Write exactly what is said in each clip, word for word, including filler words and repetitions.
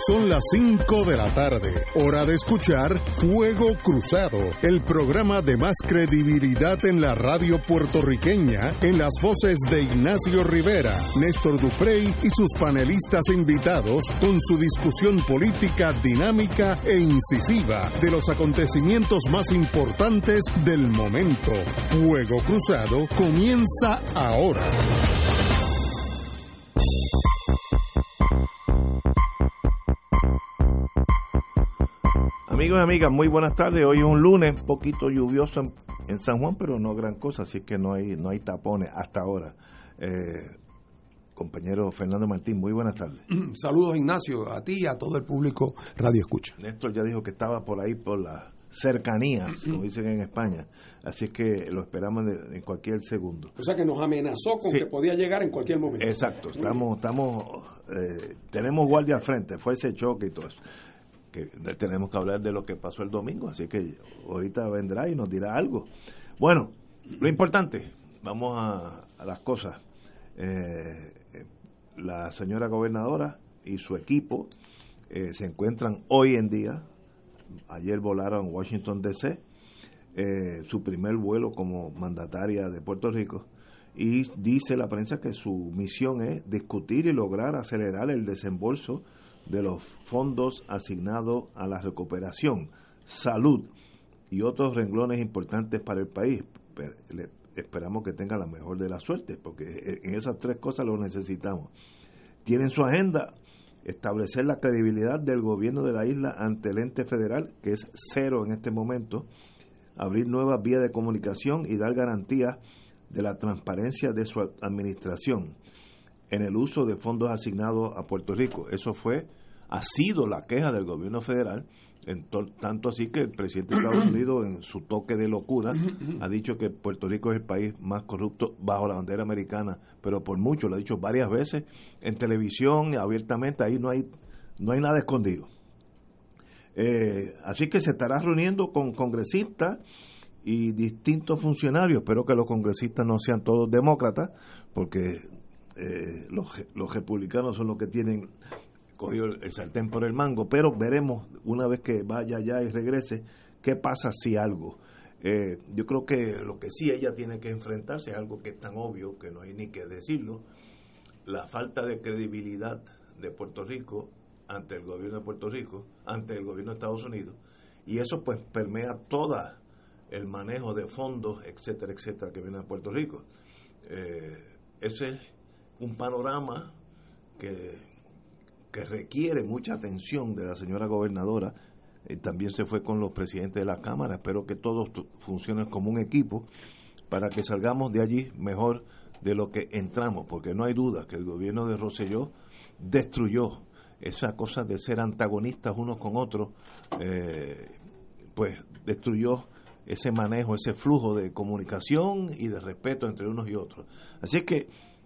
Son las cinco de la tarde, hora de escuchar Fuego Cruzado, el programa de más credibilidad en la radio puertorriqueña, en las voces de Ignacio Rivera, Néstor Duprey y sus panelistas invitados, con su discusión política dinámica e incisiva de los acontecimientos más importantes del momento. Fuego Cruzado comienza ahora. Amigos y amigas, muy buenas tardes. Hoy es un lunes, un poquito lluvioso en, en San Juan, pero no gran cosa, así que no hay no hay tapones hasta ahora. Eh, compañero Fernando Martín, muy buenas tardes. Saludos, Ignacio, a ti y a todo el público Radio Escucha. Néstor ya dijo que estaba por ahí por las cercanías, como dicen en España, así es que lo esperamos de, en cualquier segundo. O sea que nos amenazó con sí. que podía llegar en cualquier momento. Exacto, estamos, estamos eh, tenemos guardia al frente, fue ese choque y todo eso. Que tenemos que hablar de lo que pasó el domingo, así que ahorita vendrá y nos dirá algo. Bueno, lo importante, vamos a, a las cosas. Eh, la señora gobernadora y su equipo eh, se encuentran hoy en día, ayer volaron a Washington D C, eh, su primer vuelo como mandataria de Puerto Rico, y dice la prensa que su misión es discutir y lograr acelerar el desembolso de los fondos asignados a la recuperación, salud y otros renglones importantes para el país. Le esperamos que tenga la mejor de la suerte, porque en esas tres cosas lo necesitamos. Tiene en su agenda establecer la credibilidad del gobierno de la isla ante el ente federal, que es cero en este momento, abrir nuevas vías de comunicación y dar garantías de la transparencia de su administración en el uso de fondos asignados a Puerto Rico. Eso fue, ha sido la queja del gobierno federal, en to, tanto así que el presidente de Estados Unidos, en su toque de locura, ha dicho que Puerto Rico es el país más corrupto bajo la bandera americana, pero por mucho, lo ha dicho varias veces, en televisión, abiertamente, ahí no hay, no hay nada escondido. Eh, así que se estará reuniendo con congresistas y distintos funcionarios. Espero que los congresistas no sean todos demócratas, porque Eh, los, los republicanos son los que tienen cogido el, el sartén por el mango, pero veremos una vez que vaya allá y regrese qué pasa si algo. Eh, yo creo que lo que sí ella tiene que enfrentarse es algo que es tan obvio que no hay ni que decirlo: la falta de credibilidad de Puerto Rico ante el gobierno de Puerto Rico, ante el gobierno de Estados Unidos, y eso pues permea todo el manejo de fondos, etcétera, etcétera, que viene de Puerto Rico. Eh, ese es un panorama que, que requiere mucha atención de la señora gobernadora. Eh, también se fue con los presidentes de la Cámara. Espero que todos t- funcionen como un equipo para que salgamos de allí mejor de lo que entramos, porque no hay duda que el gobierno de Rosselló destruyó esa cosa de ser antagonistas unos con otros, eh, pues destruyó ese manejo, ese flujo de comunicación y de respeto entre unos y otros. Así que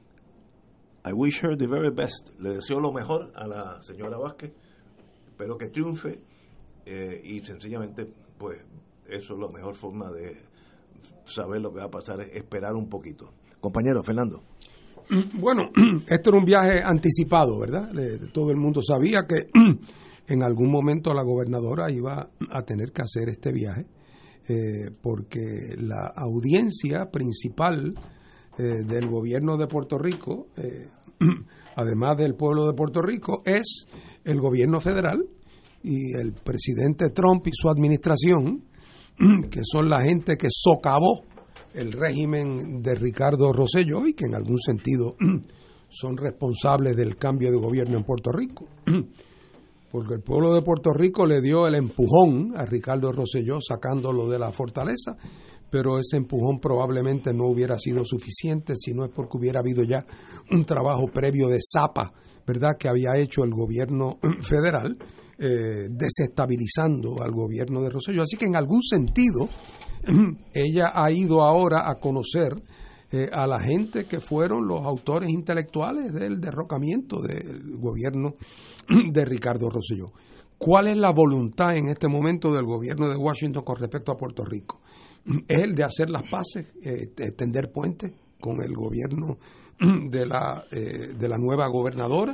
I wish her the very best. Le deseo lo mejor a la señora Vázquez. Espero que triunfe. Eh, y sencillamente, pues, eso es la mejor forma de saber lo que va a pasar, es esperar un poquito. Compañero Fernando. Bueno, esto era un viaje anticipado, ¿verdad? Todo el mundo sabía que en algún momento la gobernadora iba a tener que hacer este viaje, eh, porque la audiencia principal Eh, del gobierno de Puerto Rico, eh, además del pueblo de Puerto Rico, es el gobierno federal y el presidente Trump y su administración, que son la gente que socavó el régimen de Ricardo Rosselló y que en algún sentido son responsables del cambio de gobierno en Puerto Rico. Porque el pueblo de Puerto Rico le dio el empujón a Ricardo Rosselló sacándolo de la fortaleza, pero ese empujón probablemente no hubiera sido suficiente si no es porque hubiera habido ya un trabajo previo de zapa, ¿verdad?, que había hecho el gobierno federal, eh, desestabilizando al gobierno de Rosselló. Así que en algún sentido ella ha ido ahora a conocer eh, a la gente que fueron los autores intelectuales del derrocamiento del gobierno de Ricardo Rosselló. ¿Cuál es la voluntad en este momento del gobierno de Washington con respecto a Puerto Rico? ¿Es el de hacer las paces, eh, tender puentes con el gobierno de la, eh, de la nueva gobernadora,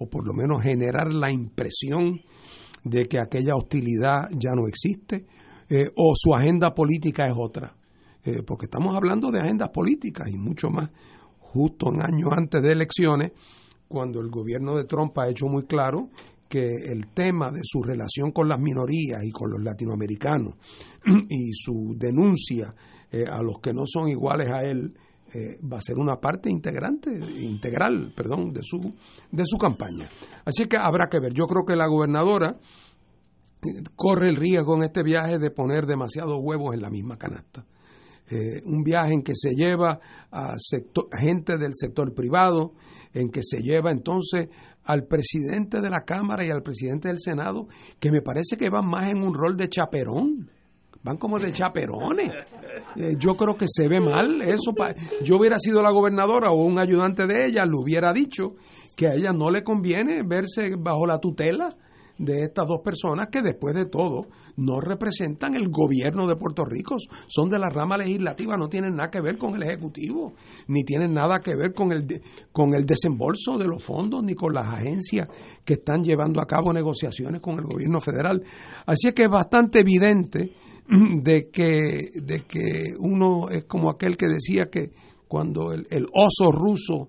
o por lo menos generar la impresión de que aquella hostilidad ya no existe, eh, o su agenda política es otra. Eh, porque estamos hablando de agendas políticas y mucho más justo un año antes de elecciones, cuando el gobierno de Trump ha hecho muy claro que el tema de su relación con las minorías y con los latinoamericanos y su denuncia eh, a los que no son iguales a él eh, va a ser una parte integrante, integral, perdón, de su de su campaña. Así que habrá que ver. Yo creo que la gobernadora corre el riesgo en este viaje de poner demasiados huevos en la misma canasta. Eh, un viaje en que se lleva a sector, gente del sector privado, en que se lleva entonces al presidente de la Cámara y al presidente del Senado, que me parece que van más en un rol de chaperón, van como de chaperones. Eh, yo creo que se ve mal eso. Pa- yo hubiera sido la gobernadora o un ayudante de ella, le hubiera dicho que a ella no le conviene verse bajo la tutela de estas dos personas que después de todo no representan el gobierno de Puerto Rico, son de la rama legislativa, no tienen nada que ver con el Ejecutivo, ni tienen nada que ver con el, con el desembolso de los fondos, ni con las agencias que están llevando a cabo negociaciones con el gobierno federal. Así es que es bastante evidente de que, de que uno es como aquel que decía que cuando el, el oso ruso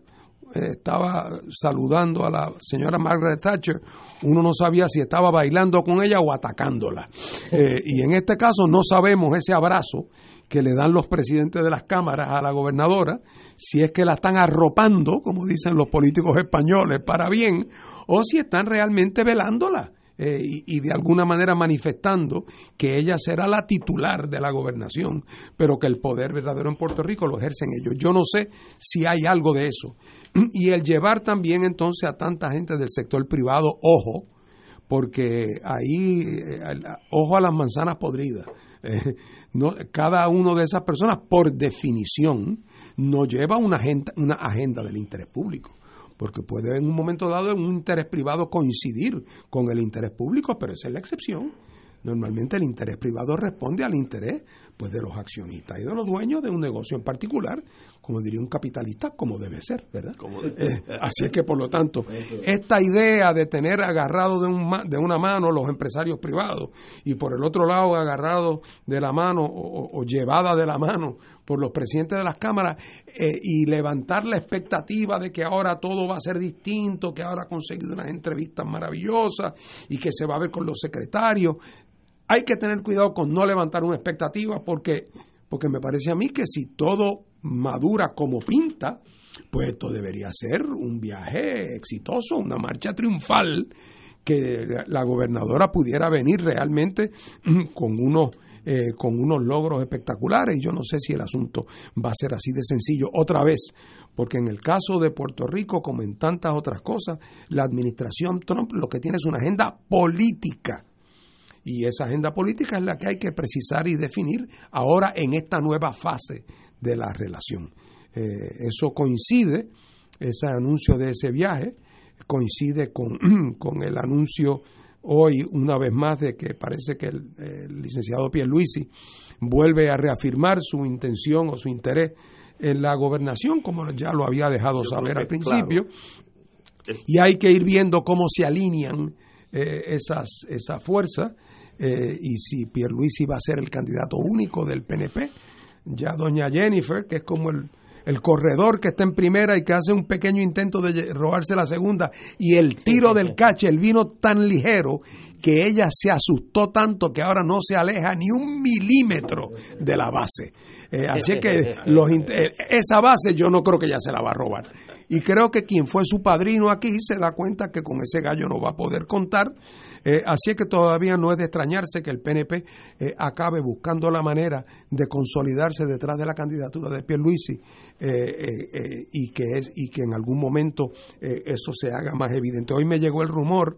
estaba saludando a la señora Margaret Thatcher, uno no sabía si estaba bailando con ella o atacándola. Eh, y en este caso no sabemos ese abrazo que le dan los presidentes de las cámaras a la gobernadora, si es que la están arropando, como dicen los políticos españoles, para bien, o si están realmente velándola. Eh, y, y de alguna manera manifestando que ella será la titular de la gobernación, pero que el poder verdadero en Puerto Rico lo ejercen ellos. Yo no sé si hay algo de eso. Y el llevar también entonces a tanta gente del sector privado, ojo, porque ahí, eh, ojo a las manzanas podridas. Eh, no, cada uno de esas personas, por definición, no lleva una agenda, una agenda del interés público. Porque puede en un momento dado en un interés privado coincidir con el interés público, pero esa es la excepción. Normalmente el interés privado responde al interés pues de los accionistas y de los dueños de un negocio en particular, como diría un capitalista, como debe ser, ¿verdad? Eh, así es que, por lo tanto, esta idea de tener agarrado de, un, de una mano los empresarios privados y por el otro lado agarrado de la mano o, o llevada de la mano por los presidentes de las cámaras eh, y levantar la expectativa de que ahora todo va a ser distinto, que ahora ha conseguido unas entrevistas maravillosas y que se va a ver con los secretarios. Hay que tener cuidado con no levantar una expectativa porque, porque me parece a mí que si todo madura como pinta, pues esto debería ser un viaje exitoso, una marcha triunfal, que la gobernadora pudiera venir realmente con unos, eh, con unos logros espectaculares. Y yo no sé si el asunto va a ser así de sencillo otra vez, porque en el caso de Puerto Rico, como en tantas otras cosas, la administración Trump lo que tiene es una agenda política. Y esa agenda política es la que hay que precisar y definir ahora en esta nueva fase de la relación. Eh, eso coincide, ese anuncio de ese viaje, coincide con, con el anuncio hoy, una vez más, de que parece que el, el licenciado Pierluisi vuelve a reafirmar su intención o su interés en la gobernación, como ya lo había dejado saber al principio. Claro. Y hay que ir viendo cómo se alinean Eh, esas, esas fuerzas eh, y si Pierluisi va a ser el candidato único del P N P. Ya doña Jennifer, que es como el, el corredor que está en primera y que hace un pequeño intento de robarse la segunda, y el tiro del cache, el vino tan ligero que ella se asustó tanto que ahora no se aleja ni un milímetro de la base. Eh, así que los, esa base yo no creo que ella se la va a robar. Y creo que quien fue su padrino aquí se da cuenta que con ese gallo no va a poder contar. Eh, así es que todavía no es de extrañarse que el P N P eh, acabe buscando la manera de consolidarse detrás de la candidatura de Pierluisi eh, eh, eh, y, que es, y que en algún momento eh, eso se haga más evidente. Hoy me llegó el rumor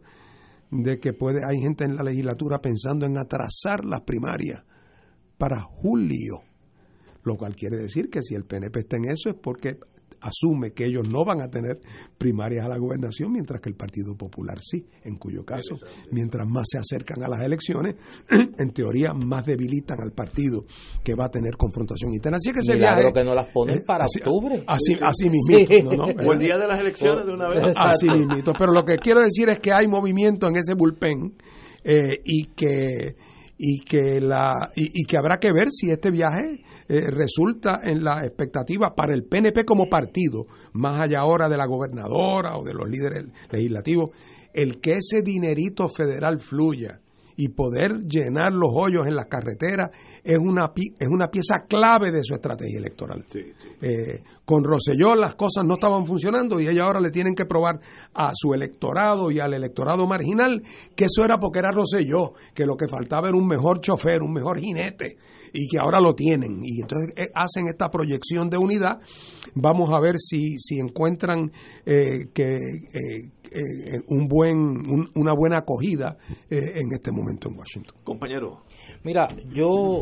de que puede hay gente en la legislatura pensando en atrasar las primarias para julio, lo cual quiere decir que si el P N P está en eso es porque asume que ellos no van a tener primarias a la gobernación, mientras que el Partido Popular sí, en cuyo caso, mientras más se acercan a las elecciones, en teoría más debilitan al partido que va a tener confrontación interna. Así que ese Milagro viaje, que no las ponen eh, para así, octubre. Así, así mismito. Sí. ¿no, no? O el día de las elecciones de una vez. Así mismito. Pero lo que quiero decir es que hay movimiento en ese bullpen eh, y que y que la y, y que habrá que ver si este viaje eh, resulta en la expectativa para el P N P como partido, más allá ahora de la gobernadora o de los líderes legislativos, el que ese dinerito federal fluya y poder llenar los hoyos en las carreteras es una es una pieza clave de su estrategia electoral. Sí, sí. Eh, con Rosselló las cosas no estaban funcionando y ella ahora le tienen que probar a su electorado y al electorado marginal que eso era porque era Rosselló, que lo que faltaba era un mejor chofer, un mejor jinete, y que ahora lo tienen. Y entonces eh, hacen esta proyección de unidad. Vamos a ver si, si encuentran eh, que eh, eh, un buen un, una buena acogida eh, en este momento en Washington. Compañero. Mira, yo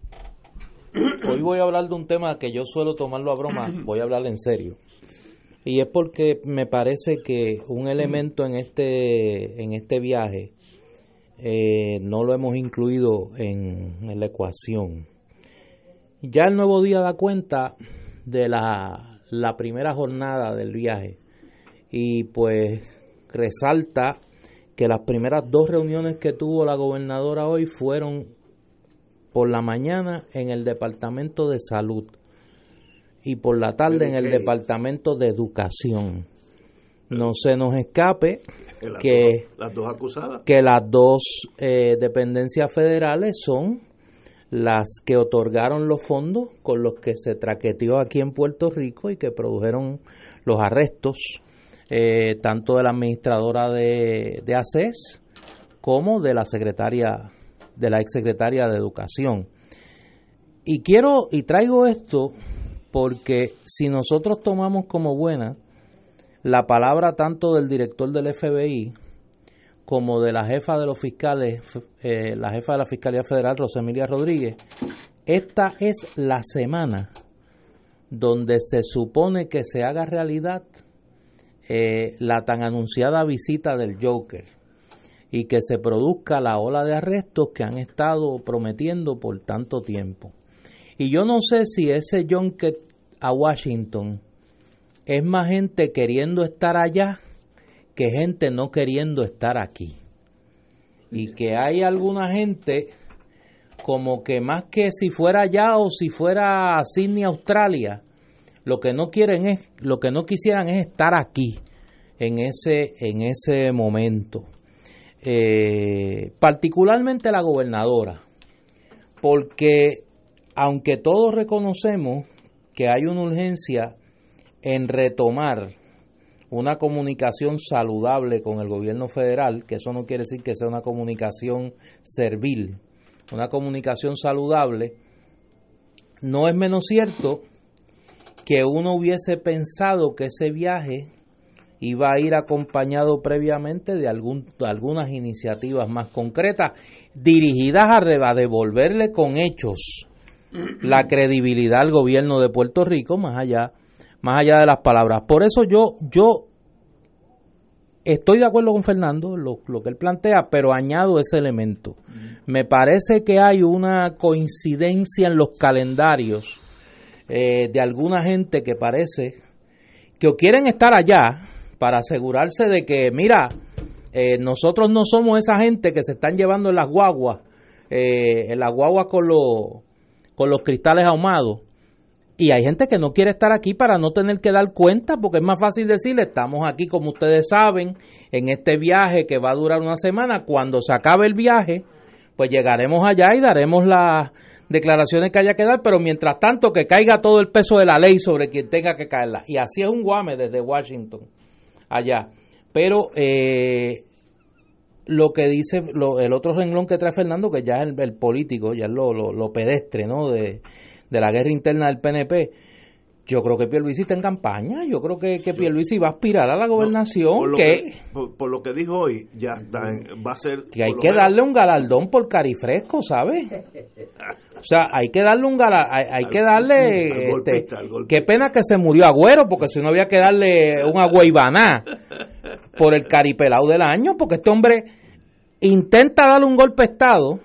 hoy voy a hablar de un tema que yo suelo tomarlo a broma, voy a hablar en serio. Y es porque me parece que un elemento en este en este viaje eh, no lo hemos incluido en, en la ecuación. Ya el Nuevo Día da cuenta de la, la primera jornada del viaje y pues resalta que las primeras dos reuniones que tuvo la gobernadora hoy fueron por la mañana en el Departamento de Salud y por la tarde en el Departamento de Educación. No se nos escape que las dos acusadas, que las dos eh, dependencias federales son las que otorgaron los fondos con los que se traqueteó aquí en Puerto Rico y que produjeron los arrestos eh, tanto de la administradora de, de A C E S como de la secretaria de la exsecretaria de Educación. Y quiero y traigo esto porque si nosotros tomamos como buena la palabra tanto del director del F B I como de la jefa de los fiscales, eh, la jefa de la Fiscalía Federal, Rosemilia Rodríguez, esta es la semana donde se supone que se haga realidad eh, la tan anunciada visita del Joker y que se produzca la ola de arrestos que han estado prometiendo por tanto tiempo. Y yo no sé si ese junket a Washington es más gente queriendo estar allá que gente no queriendo estar aquí. Y que hay alguna gente como que más que si fuera allá o si fuera a Sydney, Australia, lo que no quieren es, lo que no quisieran es estar aquí en ese, en ese momento. Eh, particularmente la gobernadora, porque aunque todos reconocemos que hay una urgencia en retomar una comunicación saludable con el gobierno federal, que eso no quiere decir que sea una comunicación servil, una comunicación saludable, no es menos cierto que uno hubiese pensado que ese viaje iba a ir acompañado previamente de, algún, de algunas iniciativas más concretas dirigidas a, a devolverle con hechos la credibilidad al gobierno de Puerto Rico más allá más allá de las palabras. Por eso yo yo estoy de acuerdo con Fernando lo, lo que él plantea, pero añado ese elemento. Me parece que hay una coincidencia en los calendarios eh, de alguna gente que parece que o quieren estar allá para asegurarse de que, mira, eh, nosotros no somos esa gente que se están llevando en las guaguas, eh, en las guaguas con los con los cristales ahumados. Y hay gente que no quiere estar aquí para no tener que dar cuenta, porque es más fácil decirle, estamos aquí como ustedes saben, en este viaje que va a durar una semana. Cuando se acabe el viaje, pues llegaremos allá y daremos las declaraciones que haya que dar, pero mientras tanto que caiga todo el peso de la ley sobre quien tenga que caerla. Y así es un guame desde Washington allá. Pero eh, lo que dice, lo, el otro renglón que trae Fernando, que ya es el, el político, ya es lo, lo, lo pedestre, ¿no?, de de la guerra interna del P N P, yo creo que Pierluisi está en campaña, yo creo que, que Pierluisi va a aspirar a la gobernación, no, por, lo que, que, por, por lo que dijo hoy, ya está, va a ser... Que hay que darle un galardón por carifresco, ¿sabes? O sea, hay que darle un gala, hay, hay al, que darle, al este, golpista, al golpista. Qué pena que se murió Agüero, porque si no había que darle un agüeybaná por el caripelao del año, porque este hombre intenta darle un golpe de Estado,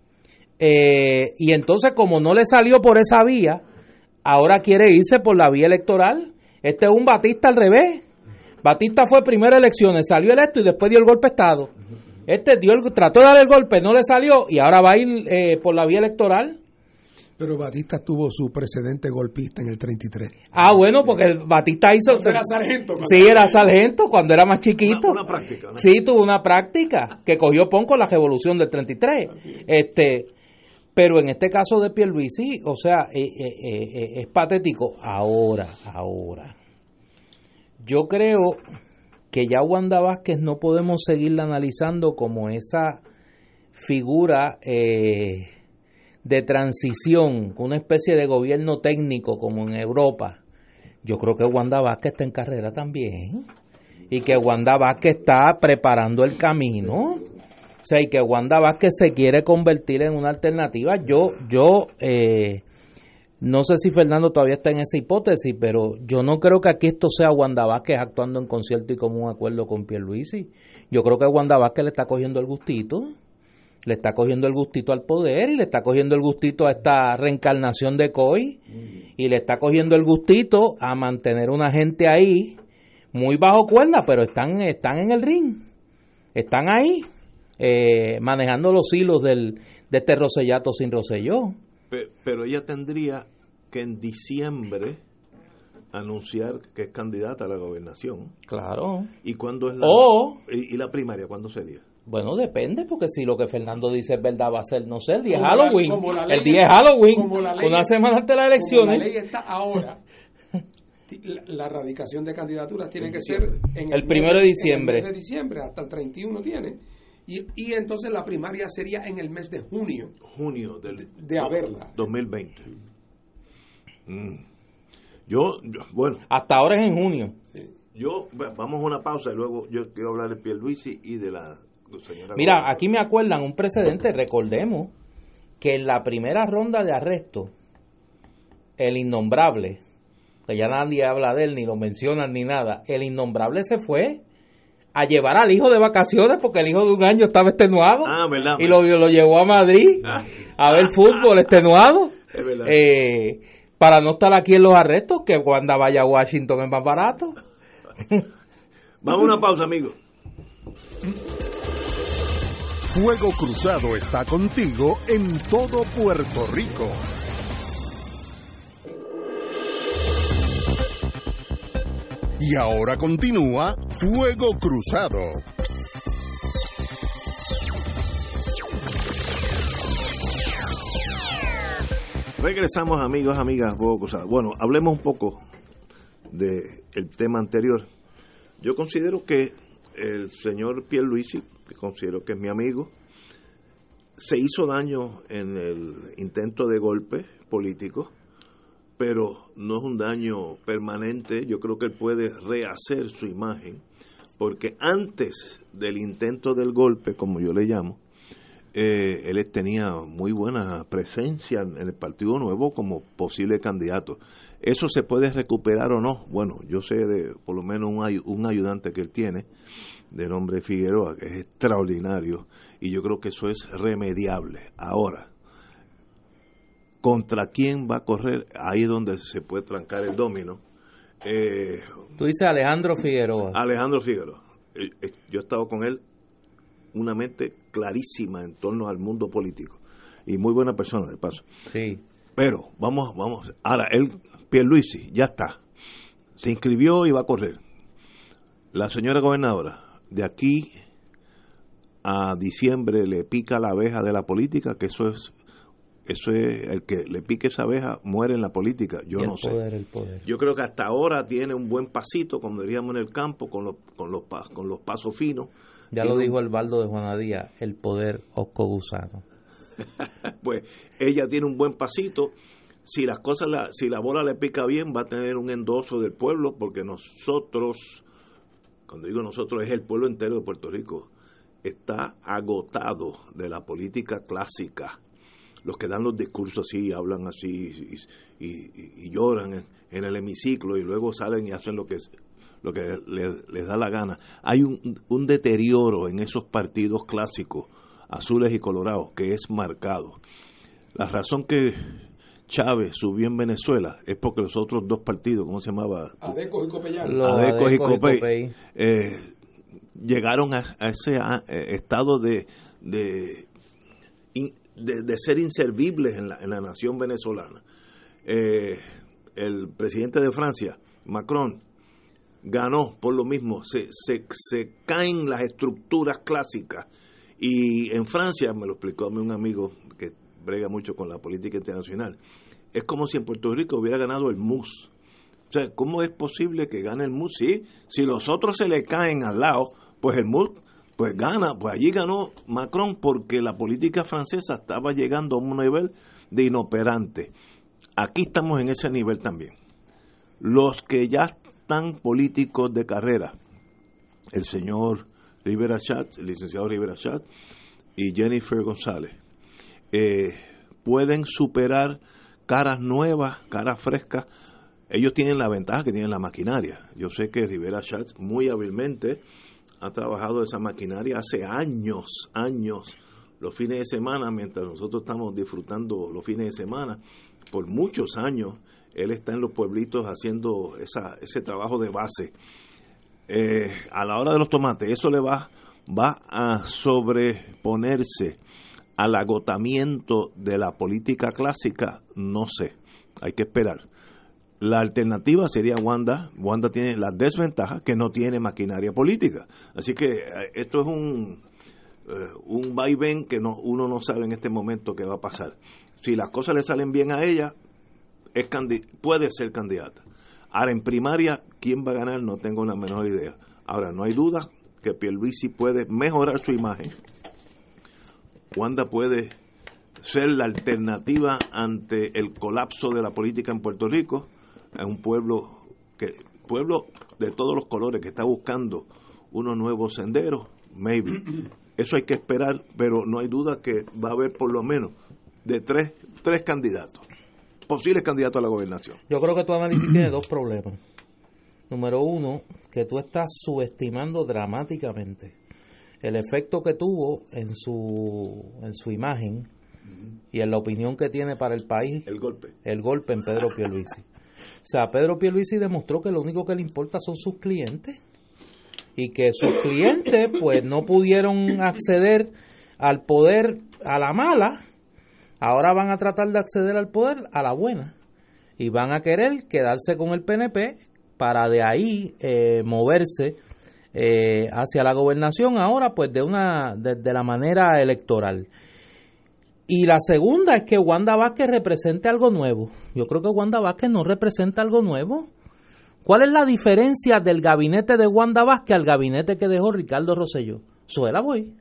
eh, y entonces como no le salió por esa vía, ahora quiere irse por la vía electoral. Este es un Batista al revés. Batista fue primero elecciones, salió electo y después dio el golpe de Estado. Este dio el, trató de dar el golpe, no le salió y ahora va a ir eh, por la vía electoral. Pero Batista tuvo su precedente golpista en el treinta y tres. Ah, bueno, porque Batista hizo... Cuando era sargento. Sí, era sargento cuando era más chiquito. Una, una práctica. ¿no? Sí, tuvo una práctica que cogió pon con la revolución del treinta y tres. Este, pero en este caso de Pierluisi, o sea, eh, eh, eh, es patético. Ahora, ahora. Yo creo que ya Wanda Vázquez no podemos seguirla analizando como esa figura eh, de transición, una especie de gobierno técnico como en Europa. Yo creo que Wanda Vázquez está en carrera también y que Wanda Vázquez está preparando el camino, o sea, y que Wanda Vázquez se quiere convertir en una alternativa. Yo, yo eh, no sé si Fernando todavía está en esa hipótesis, pero yo no creo que aquí esto sea Wanda Vázquez actuando en concierto y común acuerdo con Pierluisi. Yo creo que Wanda Vázquez le está cogiendo el gustito, le está cogiendo el gustito al poder y le está cogiendo el gustito a esta reencarnación de Coy y le está cogiendo el gustito a mantener una gente ahí muy bajo cuerda, pero están, están en el ring, están ahí eh, manejando los hilos del, de este Rosellato sin Rosselló. Pero ella tendría que en diciembre anunciar que es candidata a la gobernación. Claro. ¿Y cuándo es la o, y, y la primaria? ¿Cuándo sería? Bueno, depende, porque si lo que Fernando dice es verdad, va a ser, no sé, el día de como Halloween. La, como la ley, el día de Halloween, como la ley, una semana antes de las elecciones. Como la ley está ahora. La, la radicación de candidaturas tiene que ser en el, el primero de diciembre. En el mes de diciembre, hasta el treinta y uno tiene. Y, y entonces la primaria sería en el mes de junio. Junio del de, de haberla. dos mil veinte. Mm. Yo, yo, bueno. Hasta ahora es en junio. Sí. Yo, vamos a una pausa y luego yo quiero hablar de Pierluisi y de la señora. Mira, Gómez. aquí me acuerdan un precedente, recordemos que en la primera ronda de arresto, el innombrable, que ya nadie habla de él, ni lo mencionan ni nada, el innombrable se fue a llevar al hijo de vacaciones porque el hijo de un año estaba extenuado. Ah, ¿verdad? Y lo, lo llevó a Madrid ah, a ver fútbol extenuado. Es verdad. Eh, para no estar aquí en los arrestos, que cuando vaya a Washington es más barato. Vamos a una pausa, amigos. Fuego Cruzado está contigo en todo Puerto Rico. Y ahora continúa Fuego Cruzado. Regresamos, amigos, amigas, Fuego Cruzado. Bueno, hablemos un poco del tema anterior. Yo considero que el señor Pierluisi, que considero que es mi amigo, se hizo daño en el intento de golpe político, pero no es un daño permanente. Yo creo que él puede rehacer su imagen, porque antes del intento del golpe, como yo le llamo, eh, él tenía muy buena presencia en el Partido Nuevo como posible candidato. ¿Eso se puede recuperar o no? Bueno, yo sé de por lo menos un, ay- un ayudante que él tiene, de nombre Figueroa, que es extraordinario, y yo creo que eso es remediable. Ahora, ¿contra quién va a correr? Ahí es donde se puede trancar el domino. Eh, Tú dices Alejandro Figueroa. Alejandro Figueroa. Eh, eh, Yo he estado con él, una mente clarísima en torno al mundo político, y muy buena persona, de paso. Sí. Pero, vamos, vamos, ahora, él, Pierluisi, ya está. Se inscribió y va a correr. La señora gobernadora, de aquí a diciembre le pica la abeja de la política, que eso es, eso es, el que le pique esa abeja muere en la política, yo el no poder, sé. El poder. Yo creo que hasta ahora tiene un buen pasito, como diríamos en el campo, con los, con los, con los pasos finos. Ya Tiene lo un, dijo el Baldo de Juana Díaz, el poder osco gusano. pues ella tiene un buen pasito. Si las cosas, la, si la bola le pica bien, va a tener un endoso del pueblo, porque nosotros, cuando digo nosotros, es el pueblo entero de Puerto Rico, está agotado de la política clásica. los que dan los discursos así, hablan así y, y, y lloran en, en el hemiciclo y luego salen y hacen lo que lo que les, les da la gana. Hay un, un deterioro en esos partidos clásicos, azules y colorados, que es marcado. La razón que Chávez subió en Venezuela es porque los otros dos partidos, ¿cómo se llamaba? Adecos y Copeyán. Adecos y Copey, eh, llegaron a, a ese a, eh, estado de de, de de ser inservibles en la, en la nación venezolana. Eh, el presidente de Francia, Macron, ganó por lo mismo, se, se, se caen las estructuras clásicas, y en Francia, me lo explicó a mí un amigo que brega mucho con la política internacional, es como si en Puerto Rico hubiera ganado el M U S. O sea, ¿cómo es posible que gane el M U S? Sí, si los otros se le caen al lado, pues el M U S pues gana, pues allí ganó Macron porque la política francesa estaba llegando a un nivel de inoperante. Aquí estamos en ese nivel también. Los que ya están políticos de carrera, el señor Rivera Schatz, el licenciado Rivera Schatz y Jennifer González, eh, pueden superar caras nuevas, caras frescas. Ellos tienen la ventaja que tienen la maquinaria. Yo sé que Rivera Schatz muy hábilmente ha trabajado esa maquinaria hace años, años, los fines de semana, mientras nosotros estamos disfrutando los fines de semana, por muchos años, él está en los pueblitos haciendo esa, ese trabajo de base. Eh, a la hora de los tomates, eso le va, va a sobreponerse al agotamiento de la política clásica, no sé, hay que esperar. La alternativa sería Wanda. Wanda tiene la desventaja que no tiene maquinaria política. Así que eh, esto es un, eh, un vaivén que no, uno no sabe en este momento qué va a pasar. Si las cosas le salen bien a ella, es candi- puede ser candidata. Ahora, en primaria, ¿quién va a ganar? No tengo la menor idea. Ahora, no hay duda que Pierluisi puede mejorar su imagen. Wanda puede ser la alternativa ante el colapso de la política en Puerto Rico. Es un pueblo que pueblo de todos los colores que está buscando unos nuevos senderos, maybe. Eso hay que esperar, pero no hay duda que va a haber por lo menos de tres, tres candidatos, posibles candidatos a la gobernación. Yo creo que tu análisis tiene dos problemas. Número uno, que tú estás subestimando dramáticamente el efecto que tuvo en su en su imagen y en la opinión que tiene para el país el golpe el golpe en Pedro Pierluisi. O sea, Pedro Pierluisi demostró que lo único que le importa son sus clientes y que sus clientes pues no pudieron acceder al poder a la mala, ahora van a tratar de acceder al poder a la buena y van a querer quedarse con el P N P para de ahí eh, moverse eh, hacia la gobernación ahora pues de una de, de la manera electoral. Y la segunda es que Wanda Vázquez represente algo nuevo. Yo creo que Wanda Vázquez no representa algo nuevo. ¿Cuál es la diferencia del gabinete de Wanda Vázquez al gabinete que dejó Ricardo Rosselló? Zoela Boy.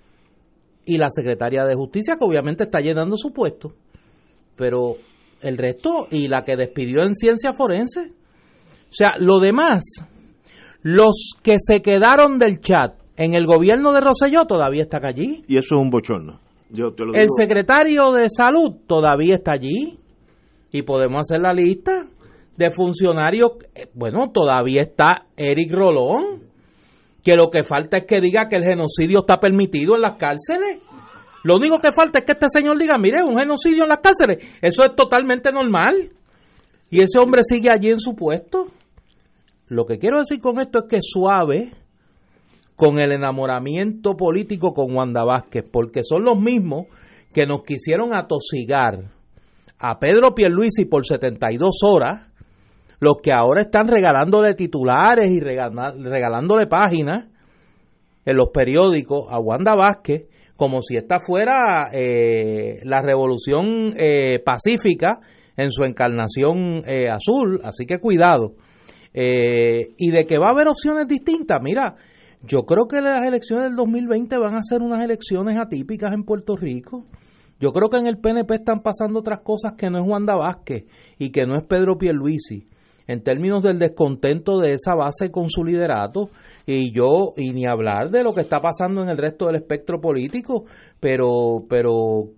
Y la secretaria de Justicia, que obviamente está llenando su puesto. Pero el resto, y la que despidió en Ciencia Forense. O sea, lo demás, los que se quedaron del chat en el gobierno de Rosselló todavía están allí. Y eso es un bochorno. Yo te lo digo. El secretario de Salud todavía está allí y podemos hacer la lista de funcionarios. Bueno, todavía está Eric Rolón, que lo que falta es que diga que el genocidio está permitido en las cárceles. Lo único que falta es que este señor diga, mire, un genocidio en las cárceles, eso es totalmente normal. Y ese hombre sigue allí en su puesto. Lo que quiero decir con esto es que suave con el enamoramiento político con Wanda Vázquez, porque son los mismos que nos quisieron atosigar a Pedro Pierluisi por setenta y dos horas, los que ahora están regalándole titulares y regalándole páginas en los periódicos a Wanda Vázquez, como si esta fuera eh, la revolución eh, pacífica en su encarnación eh, azul, así que cuidado. Eh, y de que va a haber opciones distintas, mira, yo creo que las elecciones del dos mil veinte van a ser unas elecciones atípicas en Puerto Rico. Yo creo que en el P N P están pasando otras cosas que no es Wanda Vázquez y que no es Pedro Pierluisi, en términos del descontento de esa base con su liderato, y yo, y ni hablar de lo que está pasando en el resto del espectro político, pero, pero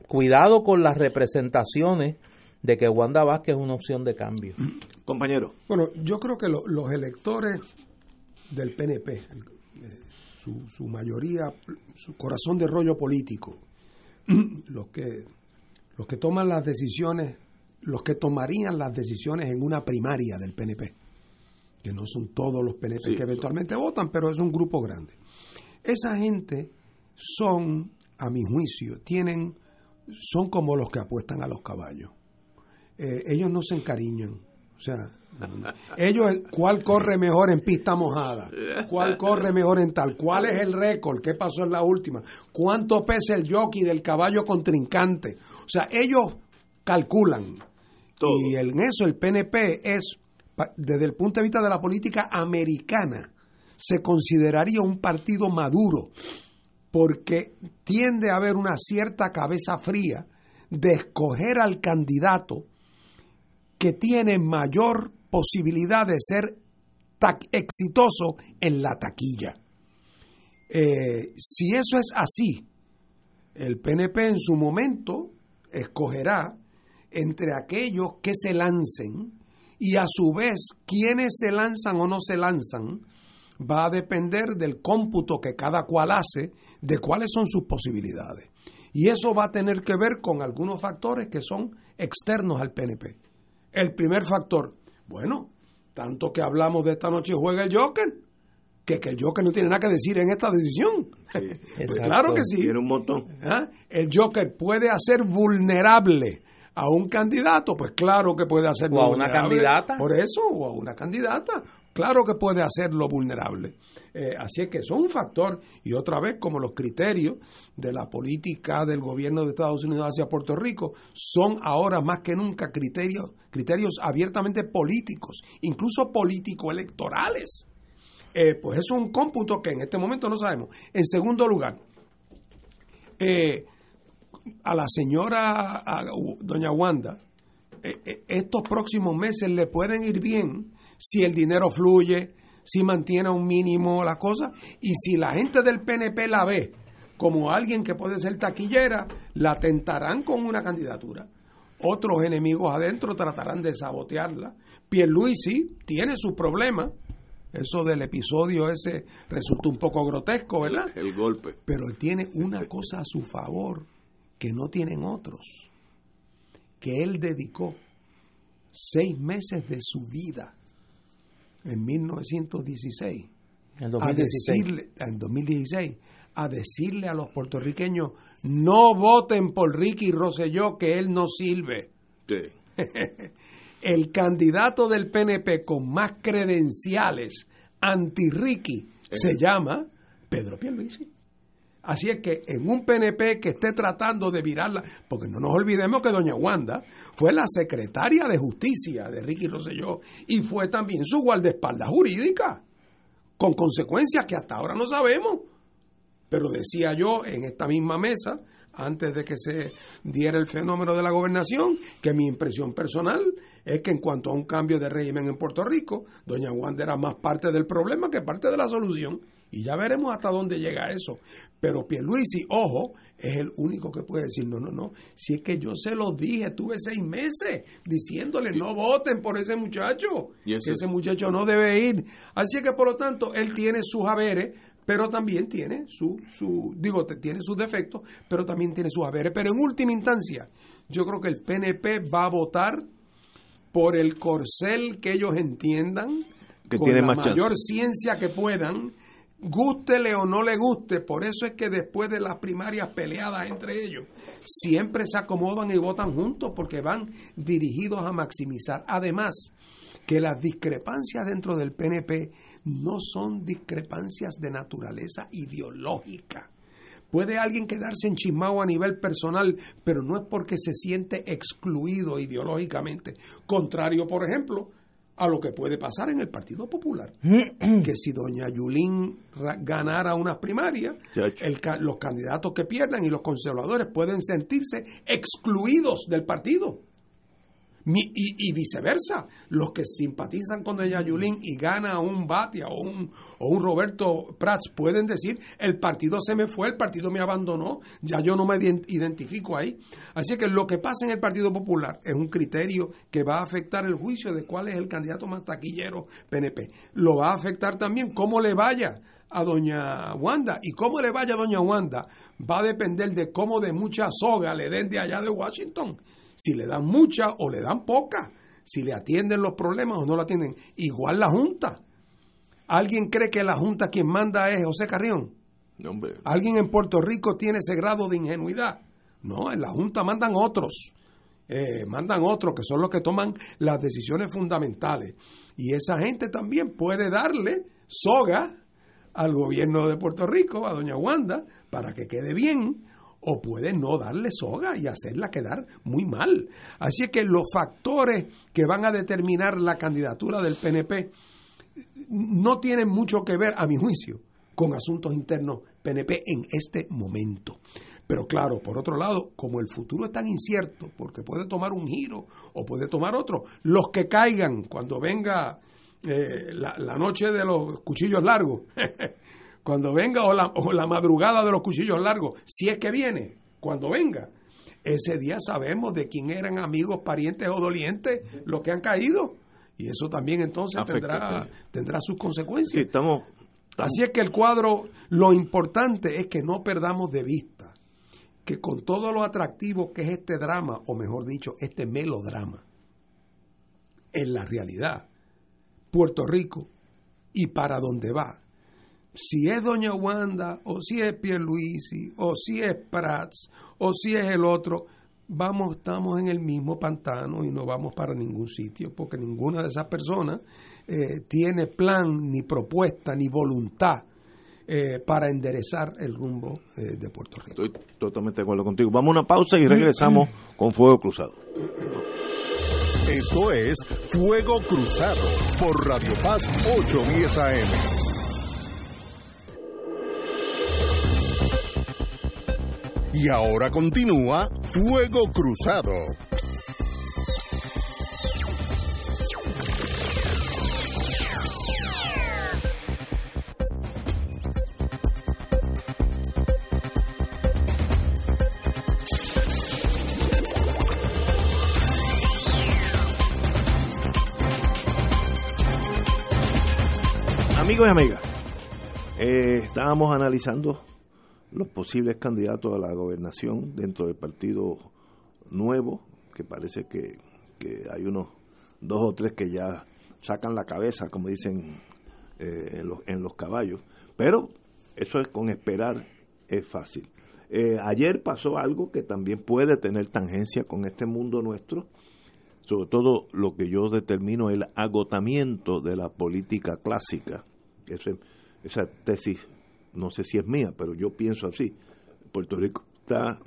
cuidado con las representaciones de que Wanda Vázquez es una opción de cambio. Compañero. Bueno, yo creo que lo, los electores del P N P, el, eh, su, su mayoría, su corazón de rollo político, los que, los que toman las decisiones, los que tomarían las decisiones en una primaria del P N P, que no son todos los P N P sí, que eventualmente sí. votan, pero es un grupo grande. Esa gente son, a mi juicio, tienen, son como los que apuestan a los caballos. Eh, ellos no se encariñan, o sea, ellos, ¿cuál corre mejor en pista mojada? ¿Cuál corre mejor en tal? ¿Cuál es el récord? ¿Qué pasó en la última? ¿Cuánto pesa el jockey del caballo contrincante? O sea, ellos calculan. Todo. Y en eso el P N P es, desde el punto de vista de la política americana, se consideraría un partido maduro, porque tiende a haber una cierta cabeza fría de escoger al candidato que tiene mayor posibilidad de ser ta- exitoso en la taquilla. Eh, si eso es así, el P N P en su momento escogerá entre aquellos que se lancen, y a su vez quienes se lanzan o no se lanzan va a depender del cómputo que cada cual hace de cuáles son sus posibilidades. Y eso va a tener que ver con algunos factores que son externos al P N P. El primer factor, bueno, tanto que hablamos de esta noche juega el Joker, que, que el Joker no tiene nada que decir en esta decisión. Sí, pues claro que sí. Tiene un montón. ¿Ah? El Joker puede hacer vulnerable a un candidato, pues claro que puede hacerlo vulnerable. O a vulnerable. una candidata. Por eso, o a una candidata. Claro que puede hacerlo vulnerable. Eh, así es que son un factor, y otra vez, como los criterios de la política del gobierno de Estados Unidos hacia Puerto Rico son ahora más que nunca criterios, criterios abiertamente políticos, incluso político-electorales. Eh, pues eso es un cómputo que en este momento no sabemos. En segundo lugar, eh, a la señora, a doña Wanda, eh, eh, estos próximos meses le pueden ir bien si el dinero fluye, si mantiene un mínimo la cosa, y si la gente del P N P la ve como alguien que puede ser taquillera, la tentarán con una candidatura. Otros enemigos adentro tratarán de sabotearla. Pierluisi tiene sus problemas. Eso del episodio ese resultó un poco grotesco, ¿verdad? El golpe. Pero él tiene una cosa a su favor que no tienen otros, que él dedicó seis meses de su vida en mil novecientos dieciséis, en dos mil dieciséis. A decirle, en dos mil dieciséis, a decirle a los puertorriqueños, no voten por Ricky Rosselló, que él no sirve. Sí. El candidato del P N P con más credenciales anti-Ricky ¿Eh? se llama Pedro Pierluisi. Así es que en un P N P que esté tratando de virarla, porque no nos olvidemos que doña Wanda fue la secretaria de Justicia de Ricky Rosselló y fue también su guardaespaldas jurídica, con consecuencias que hasta ahora no sabemos. Pero decía yo en esta misma mesa, antes de que se diera el fenómeno de la gobernación, que mi impresión personal es que en cuanto a un cambio de régimen en Puerto Rico, doña Wanda era más parte del problema que parte de la solución. Y ya veremos hasta dónde llega eso. Pero Pierluisi, ojo, es el único que puede decir, no, no, no, si es que yo se lo dije, tuve seis meses diciéndole, no voten por ese muchacho, que ese muchacho no debe ir. Así que, por lo tanto, él tiene sus haberes, pero también tiene su, su digo, tiene sus defectos, pero también tiene sus haberes. Pero en última instancia, yo creo que el P N P va a votar por el corcel que ellos entiendan, que con tiene la más mayor chance. ciencia que puedan, gústele o no le guste. Por eso es que después de las primarias peleadas entre ellos, siempre se acomodan y votan juntos, porque van dirigidos a maximizar. Además, que las discrepancias dentro del P N P no son discrepancias de naturaleza ideológica. Puede alguien quedarse enchismado a nivel personal, pero no es porque se siente excluido ideológicamente. Contrario, por ejemplo, a lo que puede pasar en el Partido Popular, que si doña Yulín ganara unas primarias, el, los candidatos que pierdan y los conservadores pueden sentirse excluidos del partido. Y, y viceversa, los que simpatizan con doña Yulín y gana un Batia o un, o un Roberto Prats pueden decir, el partido se me fue, el partido me abandonó, ya yo no me identifico ahí. Así que lo que pasa en el Partido Popular es un criterio que va a afectar el juicio de cuál es el candidato más taquillero P N P. Lo va a afectar también cómo le vaya a doña Wanda, y cómo le vaya a doña Wanda va a depender de cómo de mucha soga le den de allá de Washington. Si le dan mucha o le dan poca, si le atienden los problemas o no lo atienden. Igual la Junta. ¿Alguien cree que la Junta quien manda es José Carrión? No, hombre. ¿Alguien en Puerto Rico tiene ese grado de ingenuidad? No, en la Junta mandan otros. Eh, mandan otros que son los que toman las decisiones fundamentales. Y esa gente también puede darle soga al gobierno de Puerto Rico, a doña Wanda, para que quede bien, o puede no darle soga y hacerla quedar muy mal. Así es que los factores que van a determinar la candidatura del P N P no tienen mucho que ver, a mi juicio, con asuntos internos P N P en este momento. Pero claro, por otro lado, como el futuro es tan incierto, porque puede tomar un giro o puede tomar otro, los que caigan cuando venga eh, la, la noche de los cuchillos largos, cuando venga, o la, o la madrugada de los cuchillos largos, si es que viene, cuando venga, ese día sabemos de quién eran amigos, parientes o dolientes los que han caído, y eso también entonces Afecta, tendrá, sí. tendrá sus consecuencias. Sí, estamos, estamos. Así es que el cuadro, lo importante es que no perdamos de vista que con todo lo atractivo que es este drama, o mejor dicho, este melodrama, en la realidad, Puerto Rico y para dónde va, si es doña Wanda, o si es Pierluisi, o si es Prats, o si es el otro, vamos, estamos en el mismo pantano y no vamos para ningún sitio, porque ninguna de esas personas eh, tiene plan, ni propuesta, ni voluntad eh, para enderezar el rumbo eh, de Puerto Rico. Estoy totalmente de acuerdo contigo. Vamos a una pausa y regresamos con Fuego Cruzado. Esto es Fuego Cruzado por Radio Paz ochocientos diez A M. Y ahora continúa Fuego Cruzado. Amigos y amigas, eh, estábamos analizando los posibles candidatos a la gobernación dentro del Partido Nuevo, que parece que, que hay unos dos o tres que ya sacan la cabeza, como dicen eh, en, los, en los caballos, pero eso es con esperar, es fácil. Eh, ayer pasó algo que también puede tener tangencia con este mundo nuestro, sobre todo lo que yo determino el agotamiento de la política clásica. Ese, esa tesis no sé si es mía, pero yo pienso así. Puerto Rico está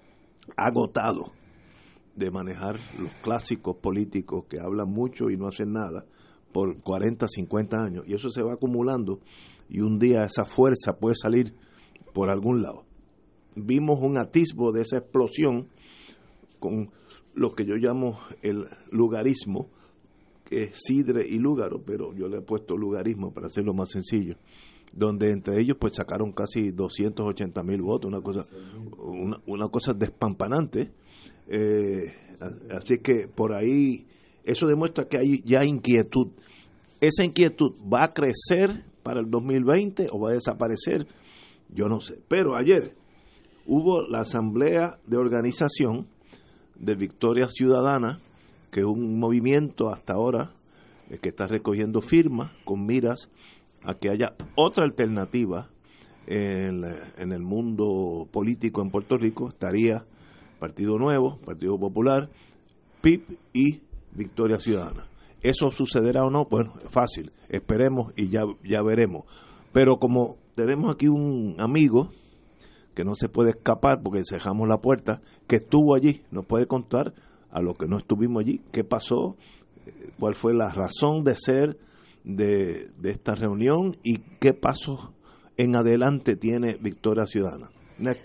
agotado de manejar los clásicos políticos que hablan mucho y no hacen nada por cuarenta, cincuenta años, y eso se va acumulando y un día esa fuerza puede salir por algún lado. Vimos un atisbo de esa explosión con lo que yo llamo el lugarismo, que es Sidre y Lúgaro, pero yo le he puesto lugarismo para hacerlo más sencillo, donde entre ellos pues sacaron casi doscientos ochenta mil votos, una cosa una, una cosa despampanante. Eh, así que por ahí eso demuestra que hay ya inquietud. Esa inquietud va a crecer para el dos mil veinte o va a desaparecer, yo no sé. Pero ayer hubo la asamblea de organización de Victoria Ciudadana, que es un movimiento hasta ahora eh, que está recogiendo firmas con miras a que haya otra alternativa en, en el mundo político en Puerto Rico. Estaría Partido Nuevo, Partido Popular, P I B y Victoria Ciudadana. ¿Eso sucederá o no? Bueno, es fácil, esperemos y ya, ya veremos. Pero como tenemos aquí un amigo que no se puede escapar porque cerramos la puerta, que estuvo allí, nos puede contar a los que no estuvimos allí, qué pasó, cuál fue la razón de ser de, de esta reunión y qué pasos en adelante tiene Victoria Ciudadana. Néstor.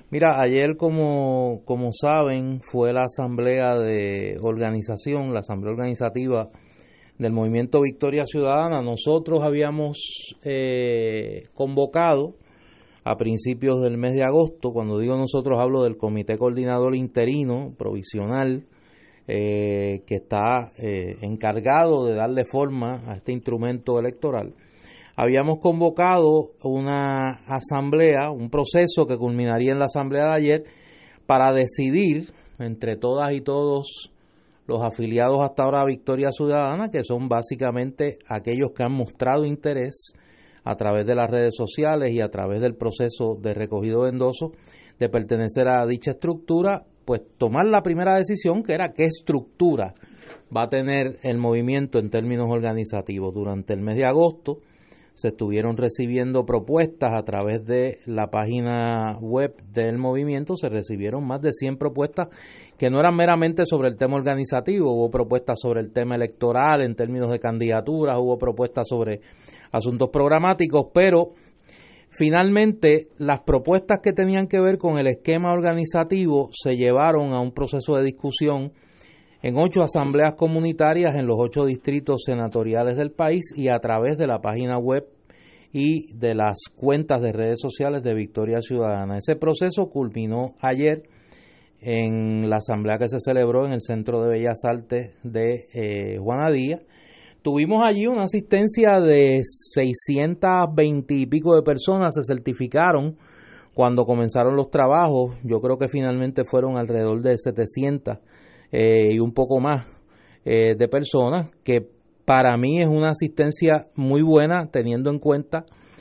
Mira, ayer, como, como saben, fue la asamblea de organización, la asamblea organizativa del Movimiento Victoria Ciudadana. Nosotros habíamos eh, convocado a principios del mes de agosto. Cuando digo nosotros, hablo del Comité Coordinador Interino Provisional, eh, que está eh, encargado de darle forma a este instrumento electoral. Habíamos convocado una asamblea, un proceso que culminaría en la asamblea de ayer, para decidir entre todas y todos los afiliados hasta ahora a Victoria Ciudadana, que son básicamente aquellos que han mostrado interés a través de las redes sociales y a través del proceso de recogido de endosos de pertenecer a dicha estructura, pues tomar la primera decisión, que era qué estructura va a tener el movimiento en términos organizativos. Durante el mes de agosto se estuvieron recibiendo propuestas a través de la página web del movimiento, se recibieron más de cien propuestas que no eran meramente sobre el tema organizativo, hubo propuestas sobre el tema electoral en términos de candidaturas, hubo propuestas sobre asuntos programáticos, pero finalmente las propuestas que tenían que ver con el esquema organizativo se llevaron a un proceso de discusión en ocho asambleas comunitarias en los ocho distritos senatoriales del país y a través de la página web y de las cuentas de redes sociales de Victoria Ciudadana. Ese proceso culminó ayer en la asamblea que se celebró en el Centro de Bellas Artes de eh, Juana Díaz. Tuvimos allí una asistencia de seiscientas veinte y pico de personas, se certificaron cuando comenzaron los trabajos. Yo creo que finalmente fueron alrededor de setecientas Eh, y un poco más eh, de personas, que para mí es una asistencia muy buena, teniendo en cuenta,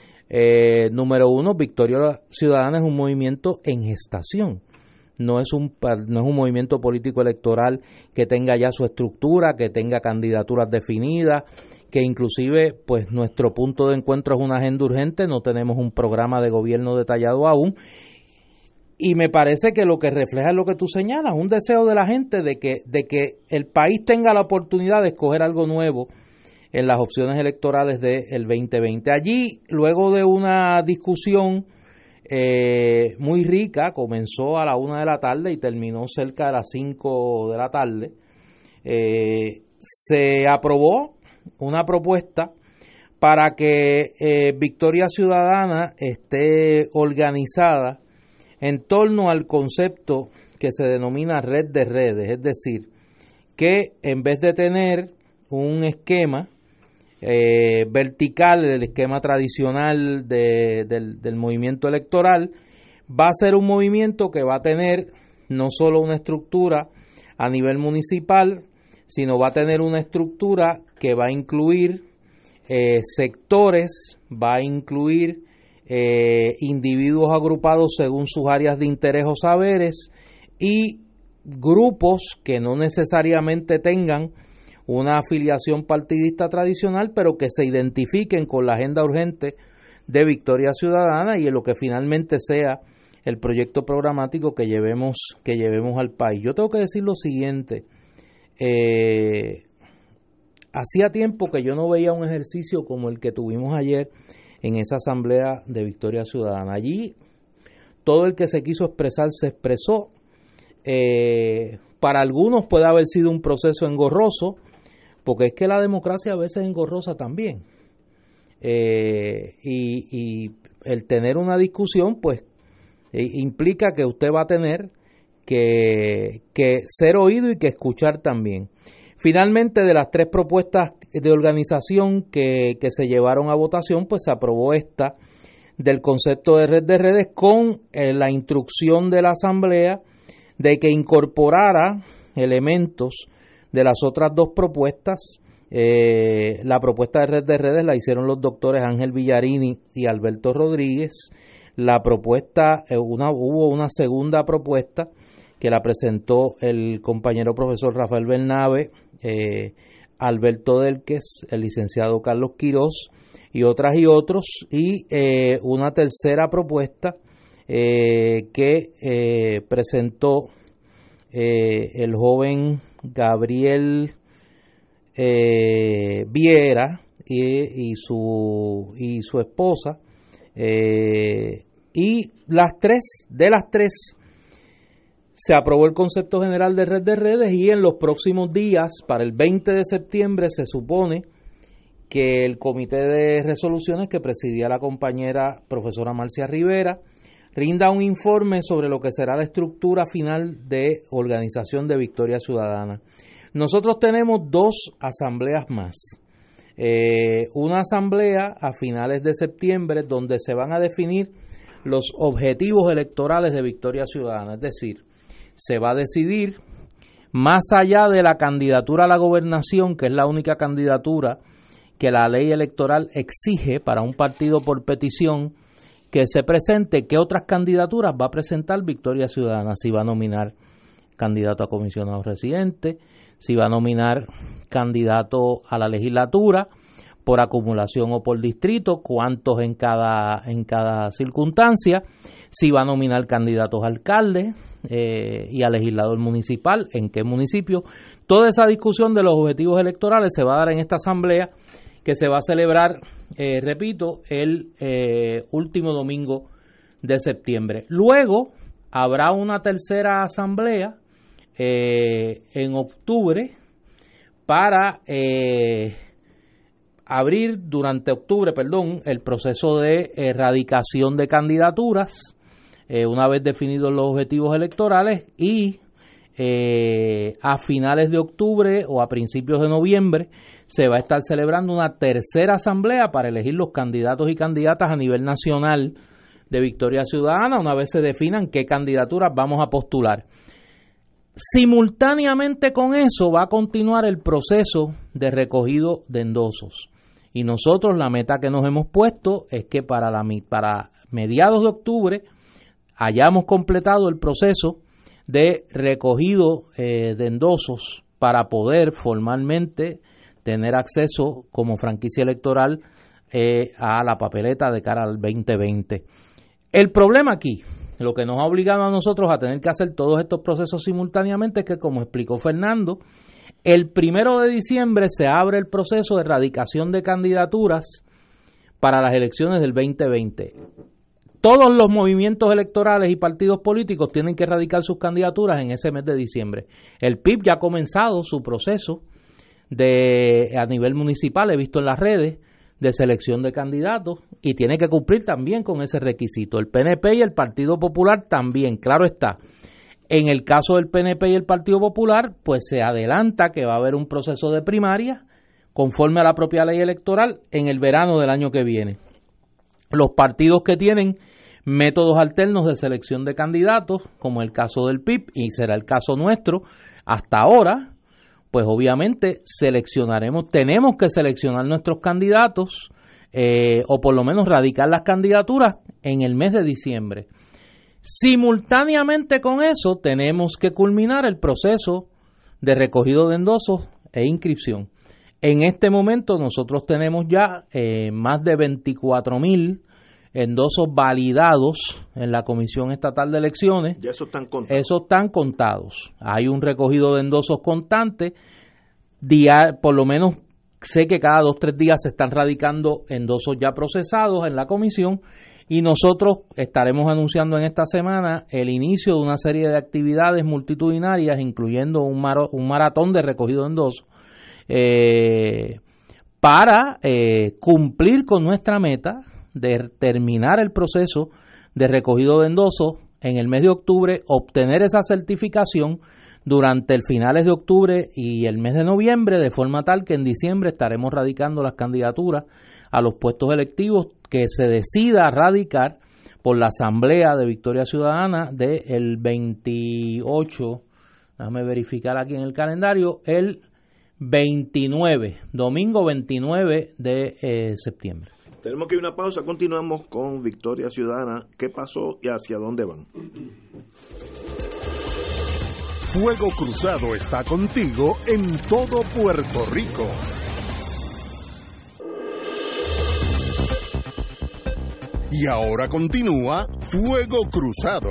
eh, número uno, Victoria Ciudadana es un movimiento en gestación, no es un no es un movimiento político electoral que tenga ya su estructura, que tenga candidaturas definidas, que inclusive pues nuestro punto de encuentro es una agenda urgente, no tenemos un programa de gobierno detallado aún. Y me parece que lo que refleja es lo que tú señalas, un deseo de la gente de que, de que el país tenga la oportunidad de escoger algo nuevo en las opciones electorales del veinte veinte. Allí, luego de una discusión eh, muy rica, comenzó a la una de la tarde y terminó cerca de las cinco de la tarde, eh, se aprobó una propuesta para que eh, Victoria Ciudadana esté organizada en torno al concepto que se denomina red de redes, es decir, que en vez de tener un esquema eh, vertical, el esquema tradicional de, del, del movimiento electoral, va a ser un movimiento que va a tener no solo una estructura a nivel municipal, sino va a tener una estructura que va a incluir eh, sectores, va a incluir Eh, individuos agrupados según sus áreas de interés o saberes y grupos que no necesariamente tengan una afiliación partidista tradicional, pero que se identifiquen con la agenda urgente de Victoria Ciudadana y en lo que finalmente sea el proyecto programático que llevemos, que llevemos al país. Yo tengo que decir lo siguiente, eh, hacía tiempo que yo no veía un ejercicio como el que tuvimos ayer en esa asamblea de Victoria Ciudadana. Allí todo el que se quiso expresar se expresó. Eh, para algunos puede haber sido un proceso engorroso, porque es que la democracia a veces es engorrosa también. Eh, y, y el tener una discusión, pues, eh, implica que usted va a tener que, que ser oído y que escuchar también. Finalmente, de las tres propuestas de organización que, que se llevaron a votación, pues se aprobó esta del concepto de red de redes con eh, la instrucción de la Asamblea de que incorporara elementos de las otras dos propuestas. Eh, la propuesta de red de redes la hicieron los doctores Ángel Villarini y Alberto Rodríguez. La propuesta, eh, una, hubo una segunda propuesta que la presentó el compañero profesor Rafael Bernabe, eh, Alberto Delques, el licenciado Carlos Quirós y otras y otros, y eh, una tercera propuesta eh, que eh, presentó eh, el joven Gabriel eh, Viera y, y su y su esposa, eh, y las tres, de las tres, se aprobó el concepto general de red de redes y en los próximos días, para el veinte de septiembre, se supone que el comité de resoluciones que presidía la compañera profesora Marcia Rivera rinda un informe sobre lo que será la estructura final de organización de Victoria Ciudadana. Nosotros tenemos dos asambleas más. Eh, una asamblea a finales de septiembre donde se van a definir los objetivos electorales de Victoria Ciudadana, es decir, se va a decidir más allá de la candidatura a la gobernación, que es la única candidatura que la ley electoral exige para un partido por petición que se presente, qué otras candidaturas va a presentar Victoria Ciudadana, si va a nominar candidato a comisionado residente, si va a nominar candidato a la legislatura por acumulación o por distrito, cuántos en cada en cada circunstancia, si va a nominar candidatos a alcalde eh, y a legislador municipal, en qué municipio. Toda esa discusión de los objetivos electorales se va a dar en esta asamblea que se va a celebrar, eh, repito, el eh, último domingo de septiembre. Luego habrá una tercera asamblea eh, en octubre para eh, abrir durante octubre, perdón, el proceso de erradicación de candidaturas, eh, una vez definidos los objetivos electorales, y eh, a finales de octubre o a principios de noviembre se va a estar celebrando una tercera asamblea para elegir los candidatos y candidatas a nivel nacional de Victoria Ciudadana, una vez se definan qué candidaturas vamos a postular. Simultáneamente con eso va a continuar el proceso de recogido de endosos. Y nosotros la meta que nos hemos puesto es que para, la, para mediados de octubre hayamos completado el proceso de recogido eh, de endosos para poder formalmente tener acceso como franquicia electoral eh, a la papeleta de cara al veinte veinte. El problema aquí, lo que nos ha obligado a nosotros a tener que hacer todos estos procesos simultáneamente, es que, como explicó Fernando, el primero de diciembre se abre el proceso de erradicación de candidaturas para las elecciones del veinte veinte. Todos los movimientos electorales y partidos políticos tienen que erradicar sus candidaturas en ese mes de diciembre. El P I B ya ha comenzado su proceso de a nivel municipal, he visto en las redes, de selección de candidatos, y tiene que cumplir también con ese requisito. El P N P y el Partido Popular también, claro está. En el caso del P N P y el Partido Popular, pues se adelanta que va a haber un proceso de primaria conforme a la propia ley electoral en el verano del año que viene. Los partidos que tienen métodos alternos de selección de candidatos, como el caso del P I B, y será el caso nuestro, hasta ahora, pues obviamente seleccionaremos, tenemos que seleccionar nuestros candidatos, eh, o por lo menos radicar las candidaturas en el mes de diciembre. Simultáneamente con eso, tenemos que culminar el proceso de recogido de endosos e inscripción. En este momento nosotros tenemos ya eh, más de veinticuatro mil endosos validados en la Comisión Estatal de Elecciones. Ya esos están contados. Esos están contados. Hay un recogido de endosos constante. Día, por lo menos sé que cada dos o tres días se están radicando endosos ya procesados en la comisión, y nosotros estaremos anunciando en esta semana el inicio de una serie de actividades multitudinarias, incluyendo un, maro, un maratón de recogido de endosos, eh, para eh, cumplir con nuestra meta de terminar el proceso de recogido de endosos en el mes de octubre, obtener esa certificación durante el finales de octubre y el mes de noviembre, de forma tal que en diciembre estaremos radicando las candidaturas a los puestos electivos que se decida radicar por la Asamblea de Victoria Ciudadana del veintiocho, déjame verificar aquí en el calendario, el veintinueve, domingo veintinueve de eh, septiembre. Tenemos que ir a una pausa, continuamos con Victoria Ciudadana. ¿Qué pasó y hacia dónde van? Fuego Cruzado está contigo en todo Puerto Rico. Y ahora continúa Fuego Cruzado.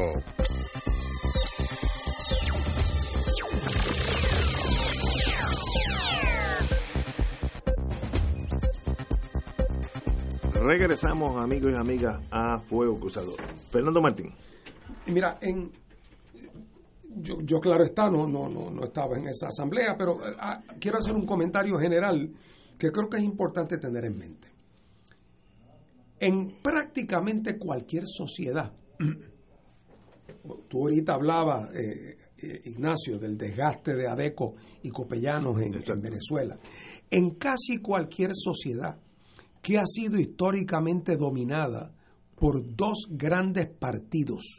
Regresamos, amigos y amigas, a Fuego Cruzado. Fernando Martín. Mira, en yo, yo claro está, no, no, no, no estaba en esa asamblea, pero ah, quiero hacer un comentario general que creo que es importante tener en mente. En prácticamente cualquier sociedad, tú ahorita hablabas, eh, eh, Ignacio, del desgaste de ADECO y Copellanos en, en Venezuela. En casi cualquier sociedad que ha sido históricamente dominada por dos grandes partidos,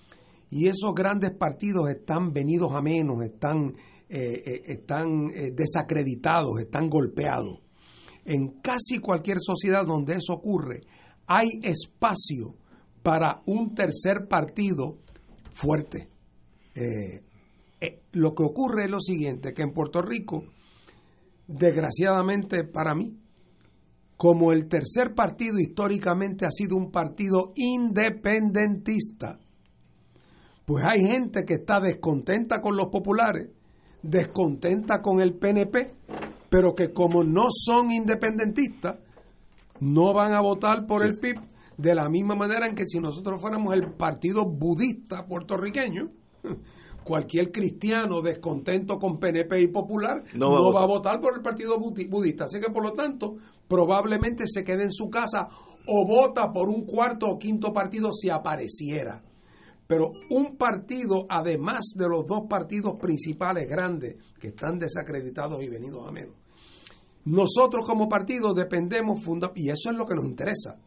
y esos grandes partidos están venidos a menos, están, eh, eh, están eh, desacreditados, están golpeados. En casi cualquier sociedad donde eso ocurre, hay espacio para un tercer partido fuerte. Eh, eh, lo que ocurre es lo siguiente, que en Puerto Rico, desgraciadamente para mí, como el tercer partido históricamente ha sido un partido independentista, pues hay gente que está descontenta con los populares, descontenta con el P N P, pero que como no son independentistas, no van a votar por el P I B, de la misma manera en que si nosotros fuéramos el partido budista puertorriqueño, cualquier cristiano descontento con P N P y Popular no, va, no a va a votar por el partido budista. Así que, por lo tanto, probablemente se quede en su casa o vota por un cuarto o quinto partido si apareciera. Pero un partido, además de los dos partidos principales grandes que están desacreditados y venidos a menos, nosotros como partido dependemos, funda- y eso es lo que nos interesa,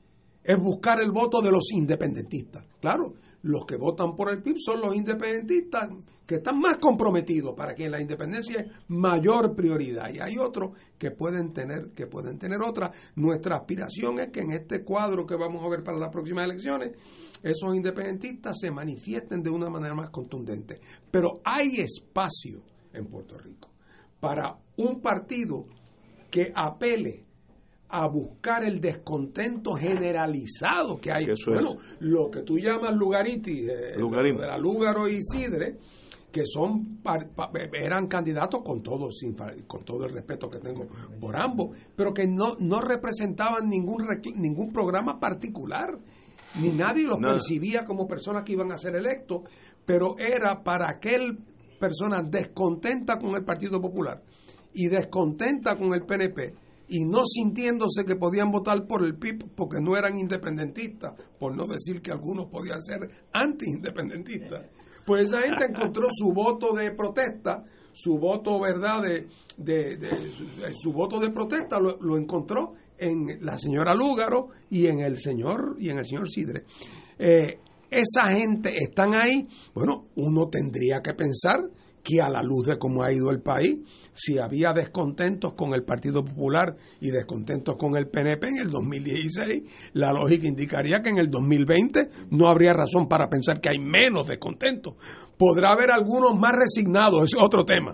es buscar el voto de los independentistas. Claro, los que votan por el P I B son los independentistas que están más comprometidos, para quien la independencia es mayor prioridad, y hay otros que pueden tener que pueden tener otra. Nuestra aspiración es que en este cuadro que vamos a ver para las próximas elecciones, esos independentistas se manifiesten de una manera más contundente. Pero hay espacio en Puerto Rico para un partido que apele a buscar el descontento generalizado que hay. Eso bueno, es. Lo que tú llamas Lugaritis, eh, de la Lúgaro y Sidre, que son par, pa, eran candidatos con todo, sin, con todo el respeto que tengo por ambos, pero que no, no representaban ningún, ningún programa particular, ni nadie los Nada. percibía como personas que iban a ser electos, pero era para aquel persona descontenta con el Partido Popular y descontenta con el P N P, y no sintiéndose que podían votar por el P I B porque no eran independentistas, por no decir que algunos podían ser anti-independentistas, pues esa gente encontró su voto de protesta, su voto, ¿verdad?, de, de, de su, su voto de protesta lo, lo encontró en la señora Lúgaro y en el señor y en el señor Sidre. Eh, esa gente están ahí. Bueno, uno tendría que pensar que a la luz de cómo ha ido el país, si había descontentos con el Partido Popular y descontentos con el P N P en el dos mil dieciséis, la lógica indicaría que en el dos mil veinte no habría razón para pensar que hay menos descontentos. Podrá haber algunos más resignados, ese es otro tema.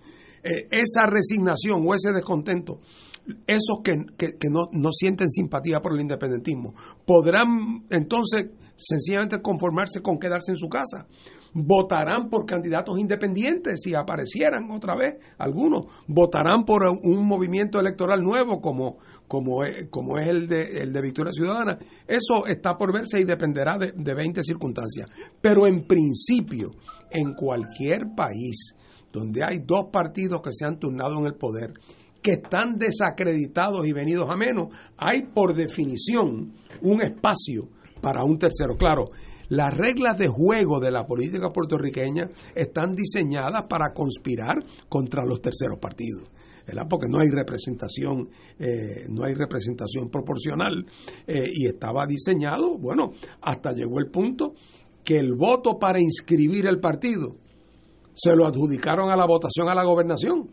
Eh, esa resignación o ese descontento, esos que, que, que no, no sienten simpatía por el independentismo, podrán entonces sencillamente conformarse con quedarse en su casa. Votarán por candidatos independientes si aparecieran otra vez algunos, votarán por un movimiento electoral nuevo como, como, es, como es el de, el de Victoria Ciudadana. Eso está por verse y dependerá de, de veinte circunstancias. Pero en principio, en cualquier país donde hay dos partidos que se han turnado en el poder, que están desacreditados y venidos a menos, hay por definición un espacio para un tercero. Claro, las reglas de juego de la política puertorriqueña están diseñadas para conspirar contra los terceros partidos, ¿verdad? Porque no hay representación, eh, no hay representación proporcional, eh, y estaba diseñado, bueno, hasta llegó el punto que el voto para inscribir el partido se lo adjudicaron a la votación a la gobernación.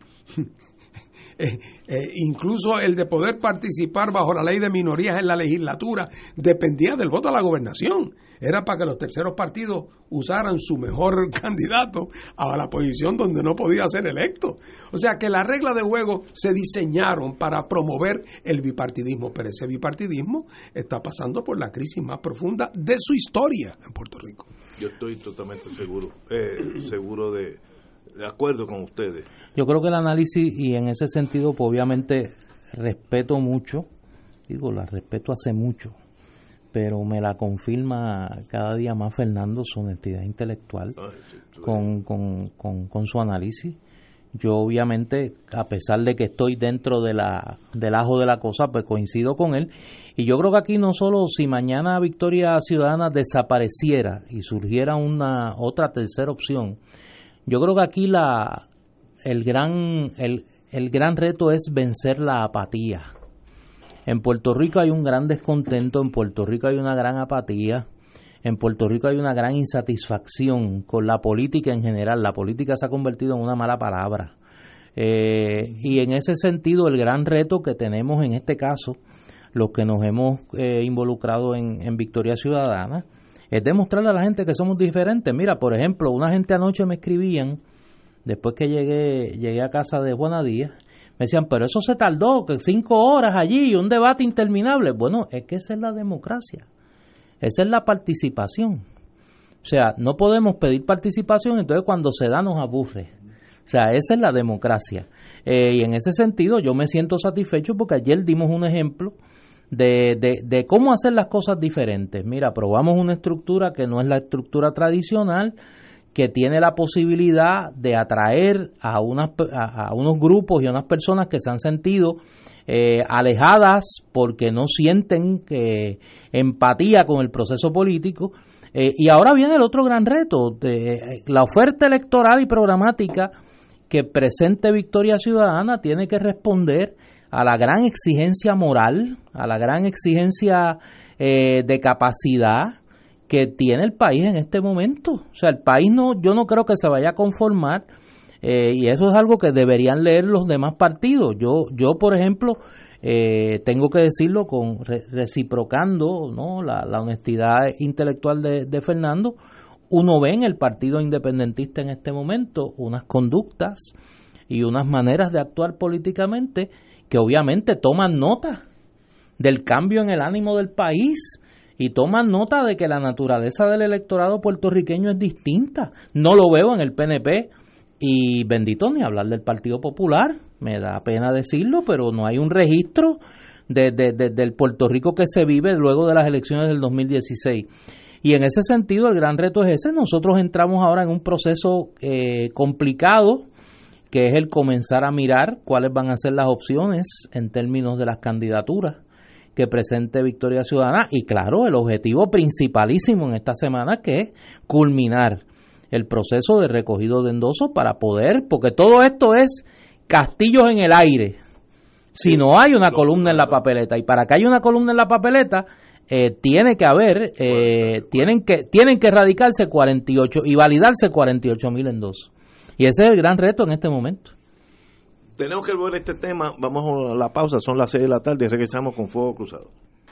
Eh, eh, incluso el de poder participar bajo la ley de minorías en la legislatura dependía del voto a la gobernación. Era para que los terceros partidos usaran su mejor candidato a la posición donde no podía ser electo. O sea que las reglas de juego se diseñaron para promover el bipartidismo, pero ese bipartidismo está pasando por la crisis más profunda de su historia en Puerto Rico. Yo estoy totalmente seguro, eh, seguro de, de acuerdo con ustedes. Yo creo que el análisis, y en ese sentido, pues obviamente respeto mucho digo, la respeto hace mucho, pero me la confirma cada día más Fernando su honestidad intelectual con, con, con, con su análisis. Yo obviamente, a pesar de que estoy dentro de la del ajo de la cosa, pues coincido con él. Y yo creo que aquí no solo si mañana Victoria Ciudadana desapareciera y surgiera una otra tercera opción, yo creo que aquí la el gran el, el gran reto es vencer la apatía. En Puerto Rico hay un gran descontento, en Puerto Rico hay una gran apatía, en Puerto Rico hay una gran insatisfacción con la política en general. La política se ha convertido en una mala palabra. Eh, y en ese sentido, el gran reto que tenemos en este caso, los que nos hemos eh, involucrado en, en Victoria Ciudadana, es demostrarle a la gente que somos diferentes. Mira, por ejemplo, una gente anoche me escribían, después que llegué, llegué a casa de Juana Díaz, me decían, pero eso se tardó, que cinco horas allí, un debate interminable. Bueno, es que esa es la democracia. Esa es la participación. O sea, no podemos pedir participación, entonces cuando se da nos aburre. O sea, esa es la democracia. Eh, y en ese sentido yo me siento satisfecho porque ayer dimos un ejemplo de, de, de cómo hacer las cosas diferentes. Mira, probamos una estructura que no es la estructura tradicional, que tiene la posibilidad de atraer a, unas, a, a unos grupos y a unas personas que se han sentido eh, alejadas porque no sienten eh, empatía con el proceso político. Eh, y ahora viene el otro gran reto, de, la oferta electoral y programática que presente Victoria Ciudadana tiene que responder a la gran exigencia moral, a la gran exigencia eh, de capacidad que tiene el país en este momento. O sea, el país no, yo no creo que se vaya a conformar, eh, y eso es algo que deberían leer los demás partidos. Yo, yo por ejemplo, eh, tengo que decirlo con re, reciprocando, ¿no?, la, la honestidad intelectual de, de Fernando. Uno ve en el Partido Independentista en este momento unas conductas y unas maneras de actuar políticamente que obviamente toman nota del cambio en el ánimo del país y toman nota de que la naturaleza del electorado puertorriqueño es distinta. No lo veo en el P N P y bendito ni hablar del Partido Popular, me da pena decirlo, pero no hay un registro de, de, de, del Puerto Rico que se vive luego de las elecciones del dos mil dieciséis. Y en ese sentido el gran reto es ese. Nosotros entramos ahora en un proceso eh, complicado, que es el comenzar a mirar cuáles van a ser las opciones en términos de las candidaturas que presente Victoria Ciudadana, y claro, el objetivo principalísimo en esta semana, que es culminar el proceso de recogido de endosos para poder, porque todo esto es castillos en el aire, si no hay una columna en la papeleta, y para que haya una columna en la papeleta, eh, tiene que haber, eh, tienen que tienen que radicarse cuarenta y ocho y validarse cuarenta y ocho mil endosos, y ese es el gran reto en este momento. Tenemos que volver a este tema, vamos a la pausa, son las seis de la tarde y regresamos con Fuego Cruzado.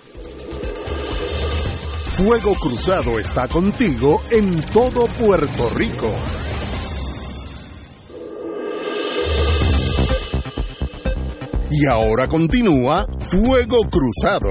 Fuego Cruzado está contigo en todo Puerto Rico. Y ahora continúa Fuego Cruzado.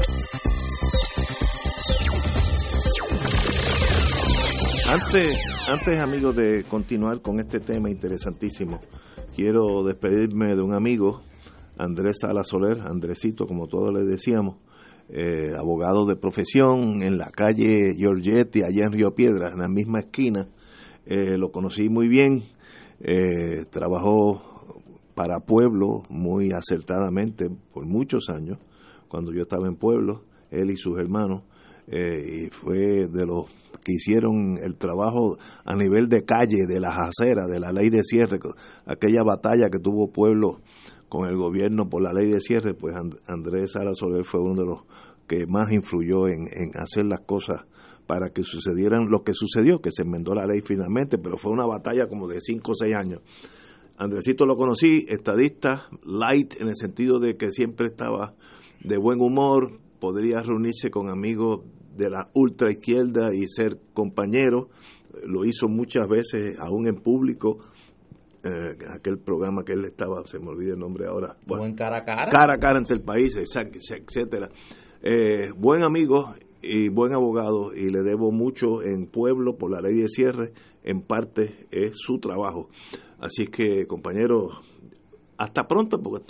Antes, antes amigos, de continuar con este tema interesantísimo, quiero despedirme de un amigo, Andrés Sala Soler, Andresito, como todos le decíamos, eh, abogado de profesión en la calle Giorgetti, allá en Río Piedras, en la misma esquina. Eh, lo conocí muy bien, eh, trabajó para Pueblo muy acertadamente por muchos años, cuando yo estaba en Pueblo, él y sus hermanos, eh, y fue de los que hicieron el trabajo a nivel de calle, de las aceras, de la ley de cierre, aquella batalla que tuvo Pueblo con el gobierno por la ley de cierre, pues Andrés Sala Soler fue uno de los que más influyó en, en hacer las cosas para que sucedieran lo que sucedió, que se enmendó la ley finalmente, pero fue una batalla como de cinco o seis años. Andresito lo conocí, estadista, light, en el sentido de que siempre estaba de buen humor, podría reunirse con amigos de la ultra izquierda y ser compañero. Lo hizo muchas veces, aún en público, eh, aquel programa que él estaba, se me olvida el nombre ahora. Bueno, buen cara a cara. Cara a cara entre el país, etcétera. Eh, buen amigo y buen abogado, y le debo mucho en Pueblo por la ley de cierre, en parte es su trabajo. Así que, compañeros, hasta pronto, porque esto es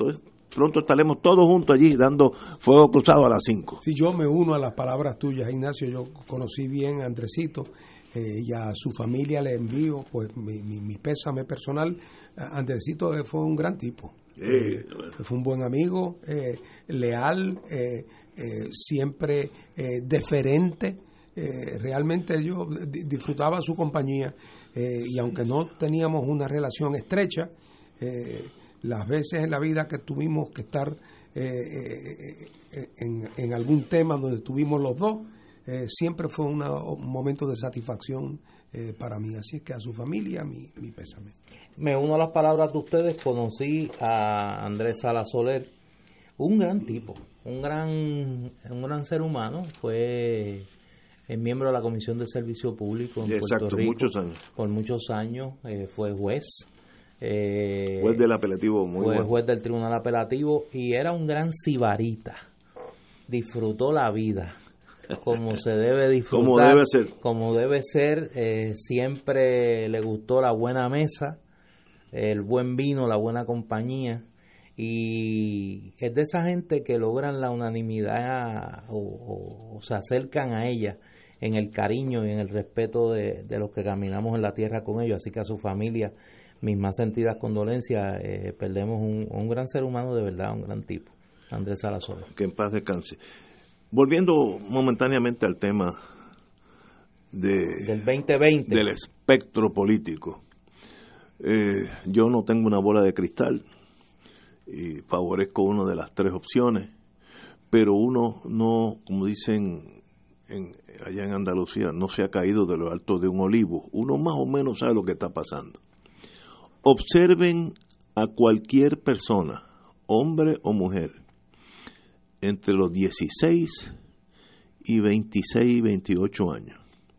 pronto estaremos todos juntos allí dando fuego cruzado a las cinco. Sí, yo me uno a las palabras tuyas, Ignacio. Yo conocí bien a Andresito eh, y a su familia le envío pues mi, mi, mi pésame personal. Andresito fue un gran tipo. Eh, fue un buen amigo, eh, leal, eh, eh, siempre eh, deferente. Eh, realmente yo d- disfrutaba su compañía eh, y aunque no teníamos una relación estrecha, eh, las veces en la vida que tuvimos que estar eh, eh, en, en algún tema donde estuvimos los dos, eh, siempre fue una, un momento de satisfacción eh, para mí. Así es que a su familia mi, mi pésame. Me uno a las palabras de ustedes. Conocí a Andrés Sala Soler, un gran tipo, un gran, un gran ser humano. Fue el miembro de la Comisión de Servicio Público en Exacto, Puerto Rico muchos años. Por muchos años eh, fue juez. Eh, Juez del apelativo, muy fue bueno. juez del Tribunal Apelativo y era un gran sibarita. Disfrutó la vida como se debe disfrutar, como debe ser. Como debe ser. Eh, siempre le gustó la buena mesa, el buen vino, la buena compañía, y es de esa gente que logran la unanimidad o, o, o se acercan a ella en el cariño y en el respeto de, de los que caminamos en la tierra con ellos. Así que a su familia, mis más sentidas condolencias. Eh, perdemos un, un gran ser humano, de verdad, un gran tipo, Andrés Sala Soler. Que en paz descanse. Volviendo momentáneamente al tema de, del veinte veinte, del espectro político, eh, yo no tengo una bola de cristal y favorezco una de las tres opciones, pero uno no, como dicen en, allá en Andalucía, no se ha caído de lo alto de un olivo. Uno más o menos sabe lo que está pasando. Observen a cualquier persona, hombre o mujer, entre los dieciséis y veintiséis y veintiocho años.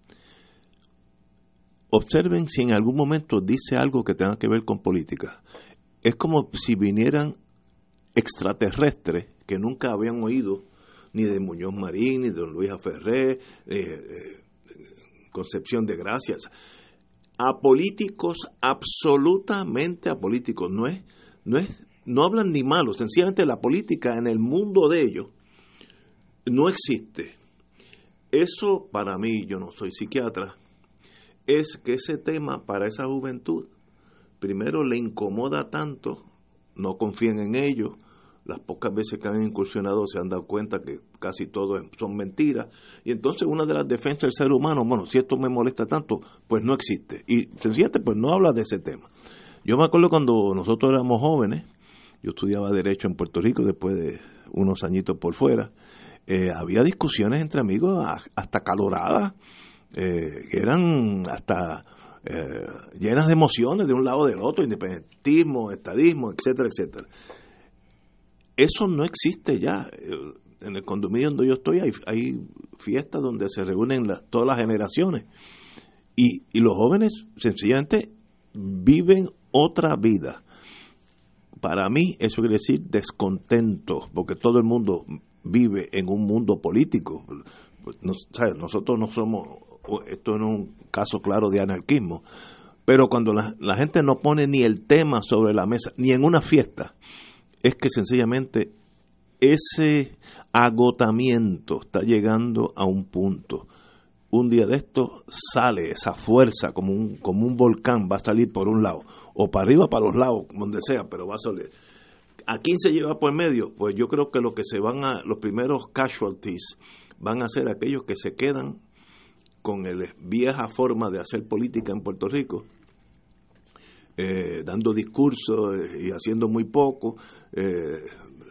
Observen si en algún momento dice algo que tenga que ver con política. Es como si vinieran extraterrestres que nunca habían oído ni de Muñoz Marín, ni de don Luis Aferré, eh, eh, Concepción de Gracia, a políticos, absolutamente a políticos. No es, no es, no hablan ni malo, sencillamente la política en el mundo de ellos no existe. Eso para mí, yo no soy psiquiatra, es que ese tema para esa juventud primero le incomoda tanto, no confían en ellos, las pocas veces que han incursionado se han dado cuenta que casi todo son mentiras, y entonces una de las defensas del ser humano, bueno, si esto me molesta tanto, pues no existe, y sencillamente pues no habla de ese tema. Yo me acuerdo cuando nosotros éramos jóvenes, yo estudiaba Derecho en Puerto Rico después de unos añitos por fuera, eh, había discusiones entre amigos hasta caloradas, eh, que eran hasta eh, llenas de emociones de un lado del otro, independentismo, estadismo, etcétera, etcétera. Eso no existe ya. En el condominio donde yo estoy hay, hay fiestas donde se reúnen las, todas las generaciones y, y los jóvenes sencillamente viven otra vida. Para mí eso quiere decir descontento, porque todo el mundo vive en un mundo político. Nos, ¿sabes? Nosotros no somos, esto no es un caso claro de anarquismo, pero cuando la, la gente no pone ni el tema sobre la mesa, ni en una fiesta, es que sencillamente ese agotamiento está llegando a un punto. Un día de esto sale esa fuerza como un, como un volcán, va a salir por un lado, o para arriba, para los lados, donde sea, pero va a salir. ¿A quién se lleva por medio? Pues yo creo que lo que se van a, los primeros casualties van a ser aquellos que se quedan con la vieja forma de hacer política en Puerto Rico, eh, dando discursos y haciendo muy poco, eh,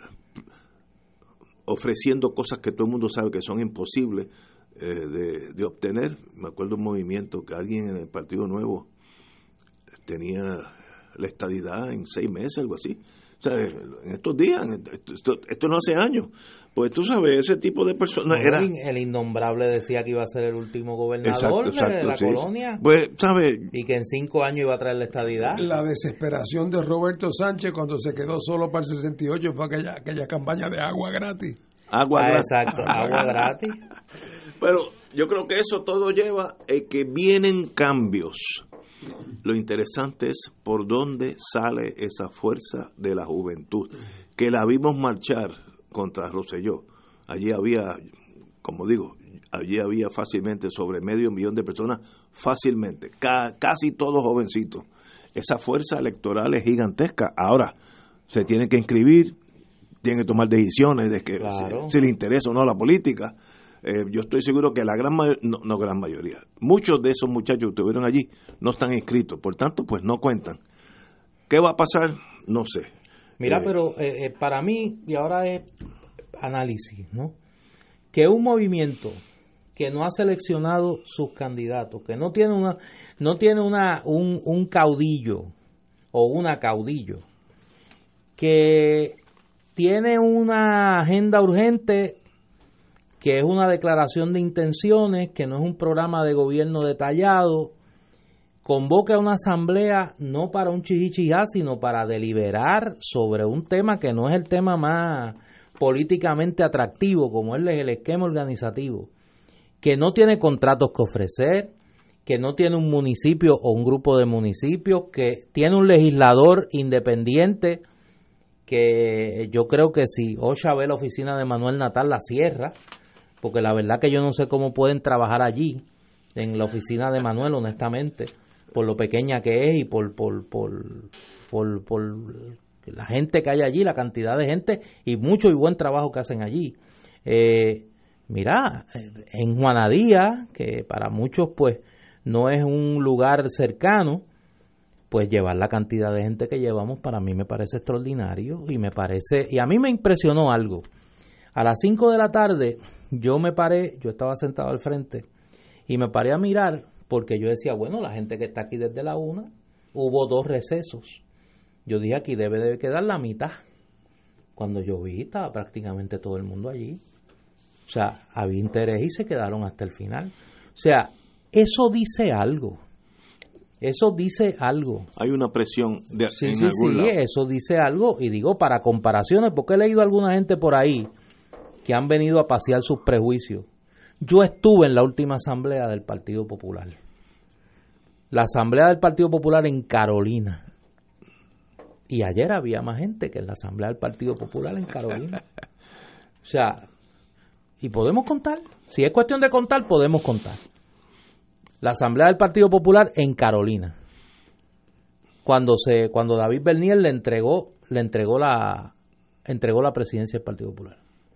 ofreciendo cosas que todo el mundo sabe que son imposibles eh, de, de obtener. Me acuerdo un movimiento que alguien en el Partido Nuevo tenía la estadidad en seis meses, algo así. O sea, en estos días, esto, esto, esto no hace años. Pues tú sabes, ese tipo de personas no, era... El innombrable decía que iba a ser el último gobernador exacto, exacto, de la sí. colonia. Pues, ¿sabes? Y que en cinco años iba a traer la estadidad. La desesperación de Roberto Sánchez cuando se quedó solo para el sesenta y ocho fue aquella, aquella campaña de agua gratis. Agua ah, gratis. Exacto, agua gratis. Pero yo creo que eso todo lleva a que vienen cambios. Lo interesante es por dónde sale esa fuerza de la juventud, que la vimos marchar contra Rosselló. Allí había, como digo, allí había fácilmente sobre medio millón de personas, fácilmente, ca- casi todos jovencitos. Esa fuerza electoral es gigantesca. Ahora, se tienen que inscribir, tienen que tomar decisiones de que Claro. si, si le interesa o no la política. Eh, yo estoy seguro que la gran mayoría, no, no gran mayoría, muchos de esos muchachos que estuvieron allí no están inscritos, por tanto, pues no cuentan. ¿Qué va a pasar? No sé. Mira, Eh, pero eh, eh, para mí, y ahora es análisis, ¿no? Que un movimiento que no ha seleccionado sus candidatos, que no tiene una, no tiene una, un, un caudillo o una caudillo, que tiene una agenda urgente, que es una declaración de intenciones, que no es un programa de gobierno detallado, convoque a una asamblea no para un chichichijá, sino para deliberar sobre un tema que no es el tema más políticamente atractivo, como es el esquema organizativo, que no tiene contratos que ofrecer, que no tiene un municipio o un grupo de municipios, que tiene un legislador independiente, que yo creo que si Osha ve la oficina de Manuel Natal, la cierra, porque la verdad que yo no sé cómo pueden trabajar allí, en la oficina de Manuel, honestamente, por lo pequeña que es y por por por por, por la gente que hay allí, la cantidad de gente y mucho y buen trabajo que hacen allí. Eh, mira, en Juanadía, que para muchos pues no es un lugar cercano, pues llevar la cantidad de gente que llevamos para mí me parece extraordinario y me parece, y a mí me impresionó algo. A las cinco de la tarde yo me paré, yo estaba sentado al frente y me paré a mirar porque yo decía, bueno, la gente que está aquí desde la una, hubo dos recesos. Yo dije, aquí debe de quedar la mitad. Cuando yo vi, estaba prácticamente todo el mundo allí. O sea, había interés y se quedaron hasta el final. O sea, eso dice algo. Eso dice algo. hay una presión de, Sí, en sí, algún sí, lado. eso dice algo. Y digo, para comparaciones, porque he leído a alguna gente por ahí que han venido a pasear sus prejuicios. Yo estuve en la última asamblea del Partido Popular. La asamblea del Partido Popular en Carolina. Y ayer había más gente que en la asamblea del Partido Popular en Carolina. O sea, y podemos contar. Si es cuestión de contar, podemos contar. La asamblea del Partido Popular en Carolina. Cuando se, cuando David Bernier le entregó, le entregó la, entregó la presidencia del Partido Popular.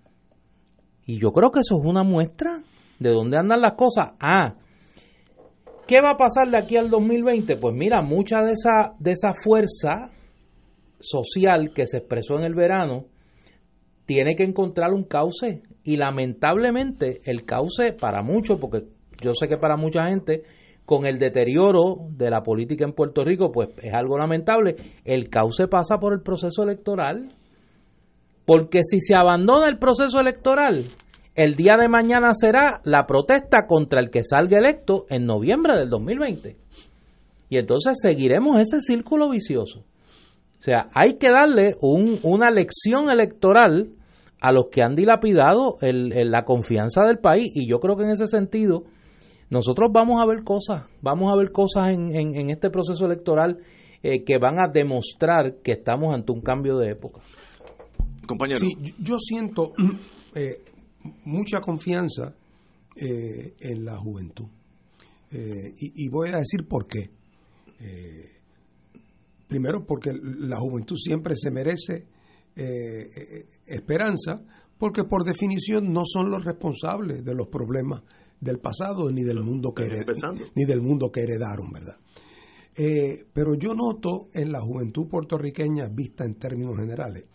Y yo creo que eso es una muestra de dónde andan las cosas. Ah, ¿qué va a pasar de aquí al dos mil veinte? Pues mira, mucha de esa, de esa fuerza social que se expresó en el verano tiene que encontrar un cauce. Y lamentablemente el cauce para muchos, porque yo sé que para mucha gente, con el deterioro de la política en Puerto Rico, pues es algo lamentable, el cauce pasa por el proceso electoral. Porque si se abandona el proceso electoral, el día de mañana será la protesta contra el que salga electo en noviembre del dos mil veinte. Y entonces seguiremos ese círculo vicioso. O sea, hay que darle un, una lección electoral a los que han dilapidado el, el, la confianza del país. Y yo creo que en ese sentido, nosotros vamos a ver cosas, vamos a ver cosas en, en, en este proceso electoral eh, que van a demostrar que estamos ante un cambio de época. Compañero. Sí, yo siento eh, mucha confianza eh, en la juventud. Eh, y, y voy a decir por qué. Eh, primero, porque la juventud siempre se merece eh, esperanza, porque por definición no son los responsables de los problemas del pasado ni del mundo que, hered, ni del mundo que heredaron, ¿verdad? Eh, pero yo noto en la juventud puertorriqueña, vista en términos generales,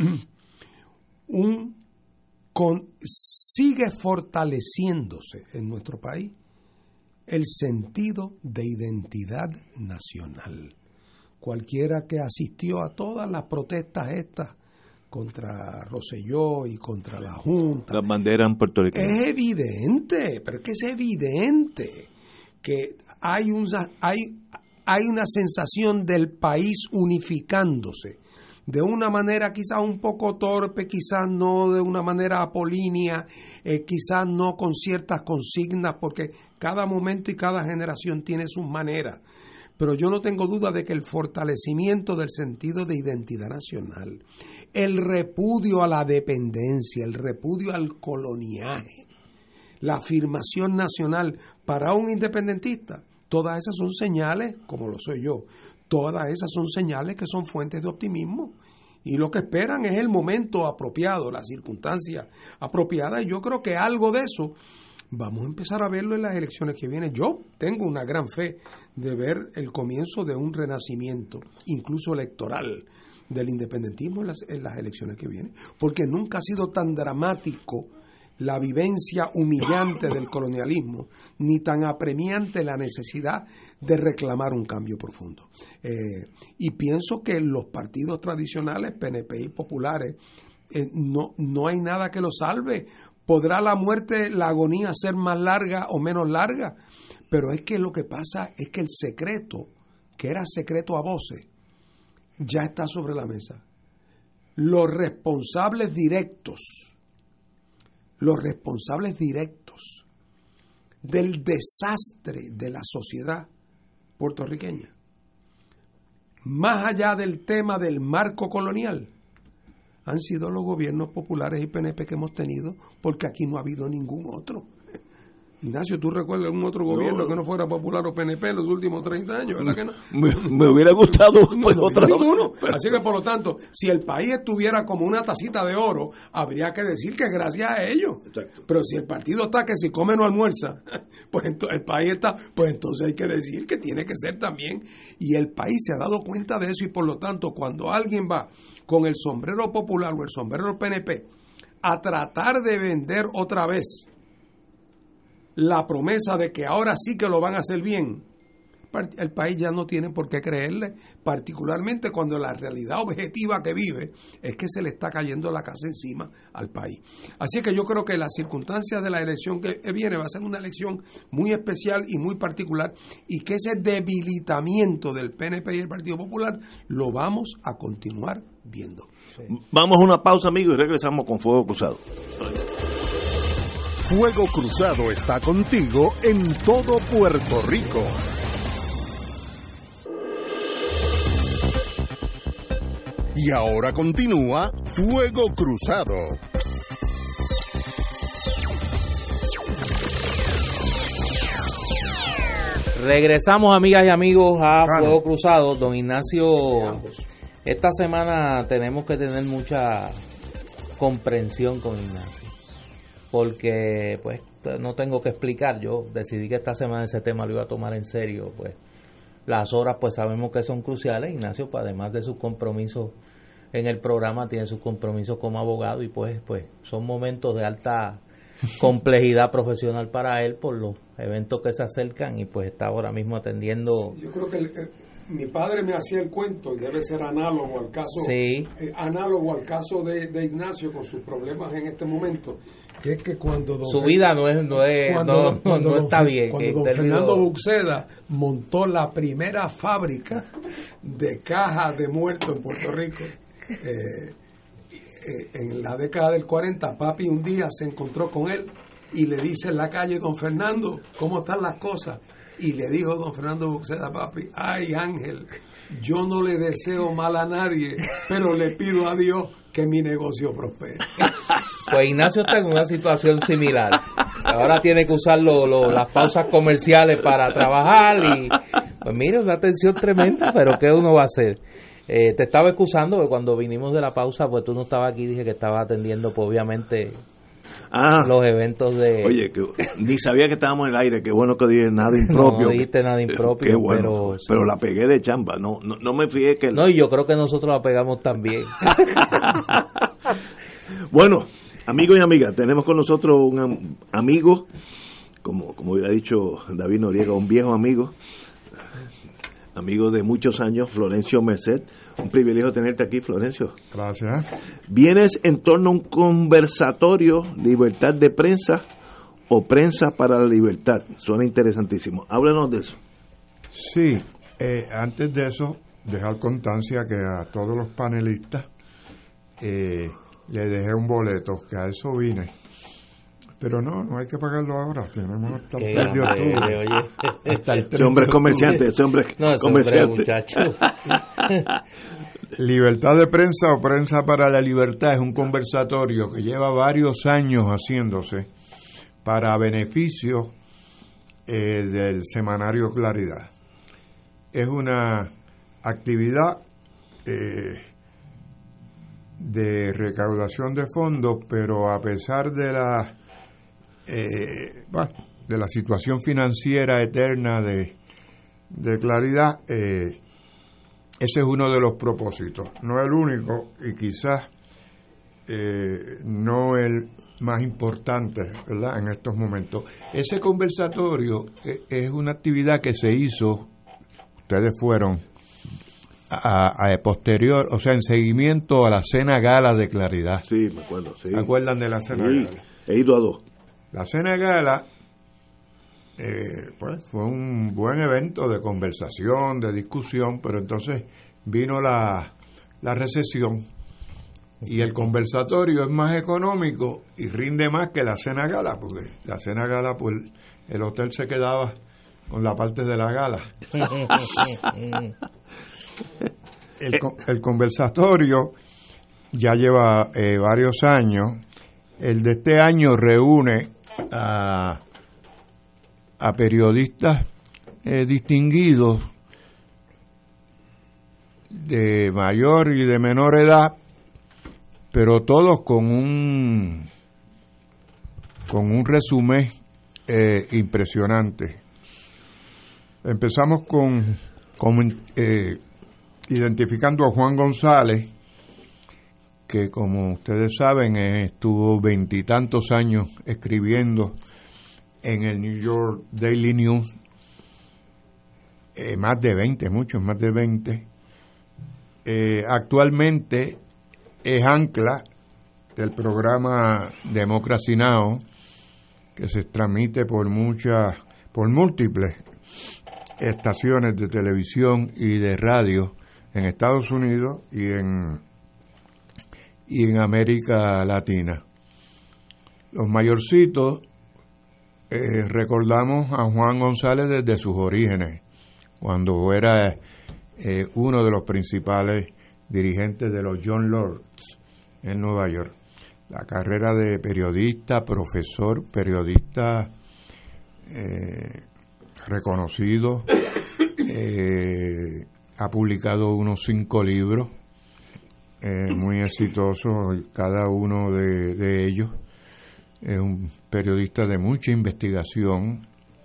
un con, sigue fortaleciéndose en nuestro país el sentido de identidad nacional. Cualquiera que asistió a todas las protestas estas contra Rosselló y contra la Junta, las banderas puertorriqueñas, es evidente, pero es que es evidente que hay una, hay, hay una sensación del país unificándose de una manera quizás un poco torpe, quizás no de una manera apolínea, eh, quizás no con ciertas consignas, porque cada momento y cada generación tiene sus maneras. pero yo no tengo duda de que el fortalecimiento del sentido de identidad nacional, el repudio a la dependencia, el repudio al coloniaje, la afirmación nacional para un independentista, todas esas son señales, como lo soy yo, todas esas son señales que son fuentes de optimismo. Y lo que esperan es el momento apropiado, la circunstancia apropiada, y yo creo que algo de eso vamos a empezar a verlo en las elecciones que vienen. Yo tengo una gran fe de ver el comienzo de un renacimiento, incluso electoral, del independentismo en las, en las elecciones que vienen, porque nunca ha sido tan dramático la vivencia humillante del colonialismo, ni tan apremiante la necesidad de reclamar un cambio profundo. Eh, y pienso que los partidos tradicionales, P N P y populares, eh, no, no hay nada que los salve. Podrá la muerte, la agonía ser más larga o menos larga, pero es que lo que pasa es que el secreto, que era secreto a voces, ya está sobre la mesa. Los responsables directos los responsables directos del desastre de la sociedad puertorriqueña, más allá del tema del marco colonial, han sido los gobiernos populares y P N P que hemos tenido, porque aquí no ha habido ningún otro. Ignacio, ¿tú recuerdas algún otro gobierno no, que no fuera popular o P N P en los últimos treinta años? ¿Verdad que no? Me, me hubiera gustado pues, no, otra ninguno. Así que, por lo tanto, si el país estuviera como una tacita de oro, habría que decir que gracias a ellos. Exacto. Pero si el partido está que si come no almuerza, pues entonces el país está, pues entonces hay que decir que tiene que ser también. Y el país se ha dado cuenta de eso, y por lo tanto, cuando alguien va con el sombrero popular o el sombrero P N P a tratar de vender otra vez la promesa de que ahora sí que lo van a hacer bien, el país ya no tiene por qué creerle, particularmente cuando la realidad objetiva que vive es que se le está cayendo la casa encima al país. Así que yo creo que las circunstancias de la elección que viene va a ser una elección muy especial y muy particular, y que ese debilitamiento del P N P y el Partido Popular lo vamos a continuar viendo. Sí. Vamos a una pausa, amigos, y regresamos con Fuego Cruzado. Fuego Cruzado está contigo en todo Puerto Rico. Y ahora continúa Fuego Cruzado. Regresamos, amigas y amigos, a claro. Fuego Cruzado. Don Ignacio, esta semana tenemos que tener mucha comprensión con Ignacio, porque pues no tengo que explicar, yo decidí que esta semana ese tema lo iba a tomar en serio, pues las horas pues sabemos que son cruciales. Ignacio, pues, además de sus compromisos en el programa, tiene sus compromisos como abogado, y pues pues son momentos de alta complejidad profesional para él por los eventos que se acercan, y pues está ahora mismo atendiendo. Yo creo que el, el, mi padre me hacía el cuento, y debe ser análogo al caso sí. eh, análogo al caso de, de Ignacio con sus problemas en este momento, que es que cuando don su vida no es no es cuando, no, cuando no don, está bien, cuando que don Fernando Buxeda montó la primera fábrica de cajas de muertos en Puerto Rico, eh, eh, en la década del cuarenta, papi un día se encontró con él y le dice en la calle: don Fernando, ¿cómo están las cosas? Y le dijo don Fernando Buxeda: papi, ay Ángel, yo no le deseo mal a nadie, pero le pido a Dios que mi negocio prospere. Pues Ignacio está en una situación similar. Ahora tiene que usar lo, lo, las pausas comerciales para trabajar, y pues mire, una tensión tremenda, pero ¿qué uno va a hacer? Eh, te estaba excusando que cuando vinimos de la pausa, pues tú no estabas aquí, dije que estabas atendiendo, pues obviamente, ah, los eventos de... Oye, que, ni sabía que estábamos en el aire, qué bueno que dije nada impropio. No, no dijiste nada impropio, qué bueno, pero... Pero la pegué de chamba, no no, no me fijé que... No, y yo creo que nosotros la pegamos también. Bueno, amigos y amigas, tenemos con nosotros un amigo, como, como hubiera dicho David Noriega, un viejo amigo, amigo de muchos años, Florencio Merced. Un privilegio tenerte aquí, Florencio. Gracias. Vienes en torno a un conversatorio, libertad de prensa o prensa para la libertad. Suena interesantísimo. Háblanos de eso. Sí, eh, antes de eso, dejar constancia que a todos los panelistas eh, les dejé un boleto, que a eso vine. Pero no, no hay que pagarlo ahora, tenemos hasta el Qué tres de grande, octubre. oye. Hasta el tres Ese hombre de es comerciante, ese hombre es No, ese comerciante. hombre, muchacho. Libertad de prensa o Prensa para la Libertad es un conversatorio que lleva varios años haciéndose para beneficio eh, del semanario Claridad. Es una actividad eh, de recaudación de fondos, pero a pesar de la eh, bueno, de la situación financiera eterna de, de Claridad, eh, ese es uno de los propósitos, no el único y quizás eh, no el más importante, ¿verdad?, en estos momentos. Ese conversatorio eh, es una actividad que se hizo, ustedes fueron a, a posterior, o sea, en seguimiento a la cena gala de Claridad. Sí, me acuerdo, sí. ¿Se acuerdan de la cena Sí, gala? he ido a dos. La cena gala eh, pues fue un buen evento de conversación, de discusión, pero entonces vino la, la recesión y el conversatorio es más económico y rinde más que la cena gala, porque la cena gala pues el hotel se quedaba con la parte de la gala. El, el conversatorio ya lleva eh, varios años. El de este año reúne a, a periodistas eh, distinguidos de mayor y de menor edad, pero todos con un con un resumen eh, impresionante. Empezamos con, con eh, identificando a Juan González, que como ustedes saben eh, estuvo veintitantos años escribiendo en el New York Daily News, eh, más de veinte, muchos más de veinte. Eh, actualmente es ancla del programa Democracy Now!, que se transmite por muchas, por múltiples estaciones de televisión y de radio en Estados Unidos y en y en América Latina. Los mayorcitos eh, recordamos a Juan González desde sus orígenes, cuando era eh, uno de los principales dirigentes de los John Lords en Nueva York. La carrera de periodista, profesor, periodista eh, reconocido, eh, ha publicado unos cinco libros eh, muy exitosos, cada uno de, de ellos. Es un periodista de mucha investigación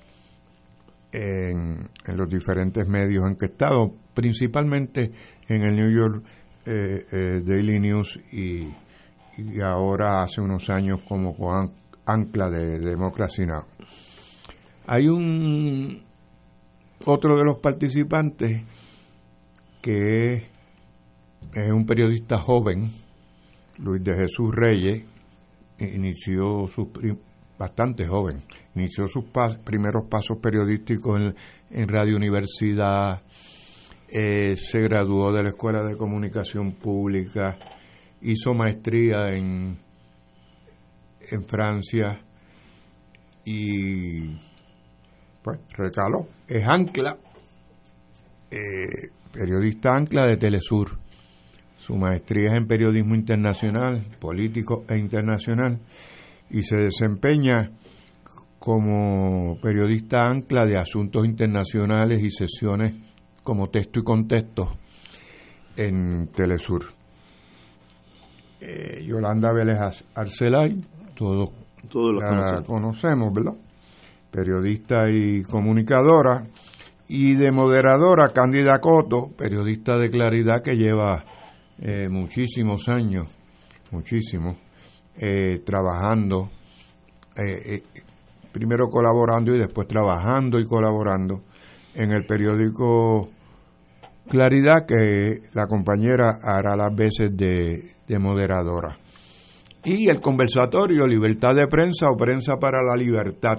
en, en los diferentes medios en que ha estado, principalmente en el New York eh, eh, Daily News y, y ahora hace unos años como an- ancla de, de Democracy Now! Hay un otro de los participantes que es, es un periodista joven, Luis de Jesús Reyes. Inició sus prim- bastante joven, inició sus pas- primeros pasos periodísticos en, en Radio Universidad, eh, se graduó de la Escuela de Comunicación Pública, hizo maestría en en Francia y pues recaló. Es ancla, eh, periodista ancla de Telesur. Su maestría es en periodismo internacional, político e internacional, y se desempeña como periodista ancla de asuntos internacionales y sesiones como texto y contexto en Telesur. Eh, Yolanda Vélez Arcelay, todos Todos los la conocemos. conocemos, ¿verdad? Periodista y comunicadora, y de moderadora Cándida Coto, periodista de Claridad que lleva eh, muchísimos años, muchísimos, eh, trabajando, eh, eh, primero colaborando y después trabajando y colaborando en el periódico Claridad, que la compañera hará las veces de, de moderadora. Y el conversatorio Libertad de Prensa o Prensa para la Libertad.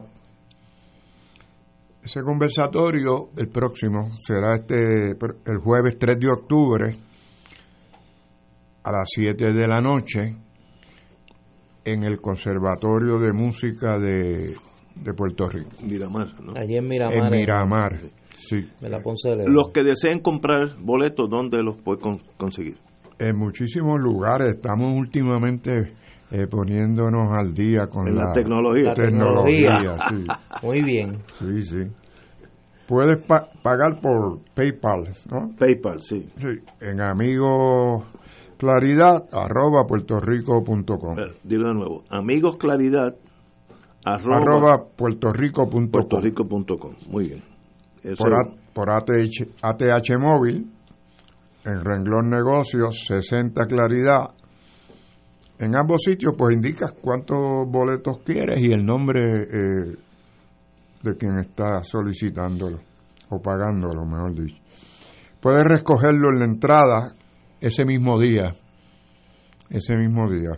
Ese conversatorio, el próximo, será este el jueves tres de octubre a las siete de la noche en el Conservatorio de Música de, de Puerto Rico. Miramar, ¿no? Allí en Miramar. En Miramar, sí. De la Ponce de León. Los que deseen comprar boletos, ¿dónde los puede con- conseguir? En muchísimos lugares. Estamos últimamente eh, poniéndonos al día con En la, la tecnología. La tecnología. tecnología. Sí, Muy bien. sí, sí. Puedes pa- pagar por PayPal, ¿no? PayPal, sí. Sí, en Amigos Claridad, arroba puertorico punto com. Eh, Dilo de nuevo. Amigos Claridad, arroba, Arroba puertorico punto com. puertorico punto com. Muy bien. Eso Por, A- por A T H, A T H Móvil, en renglón negocios, sesenta Claridad. En ambos sitios, pues indicas cuántos boletos quieres y el nombre eh, de quien está solicitándolo o pagándolo, mejor dicho. Puedes recogerlo en la entrada ese mismo día, ese mismo día,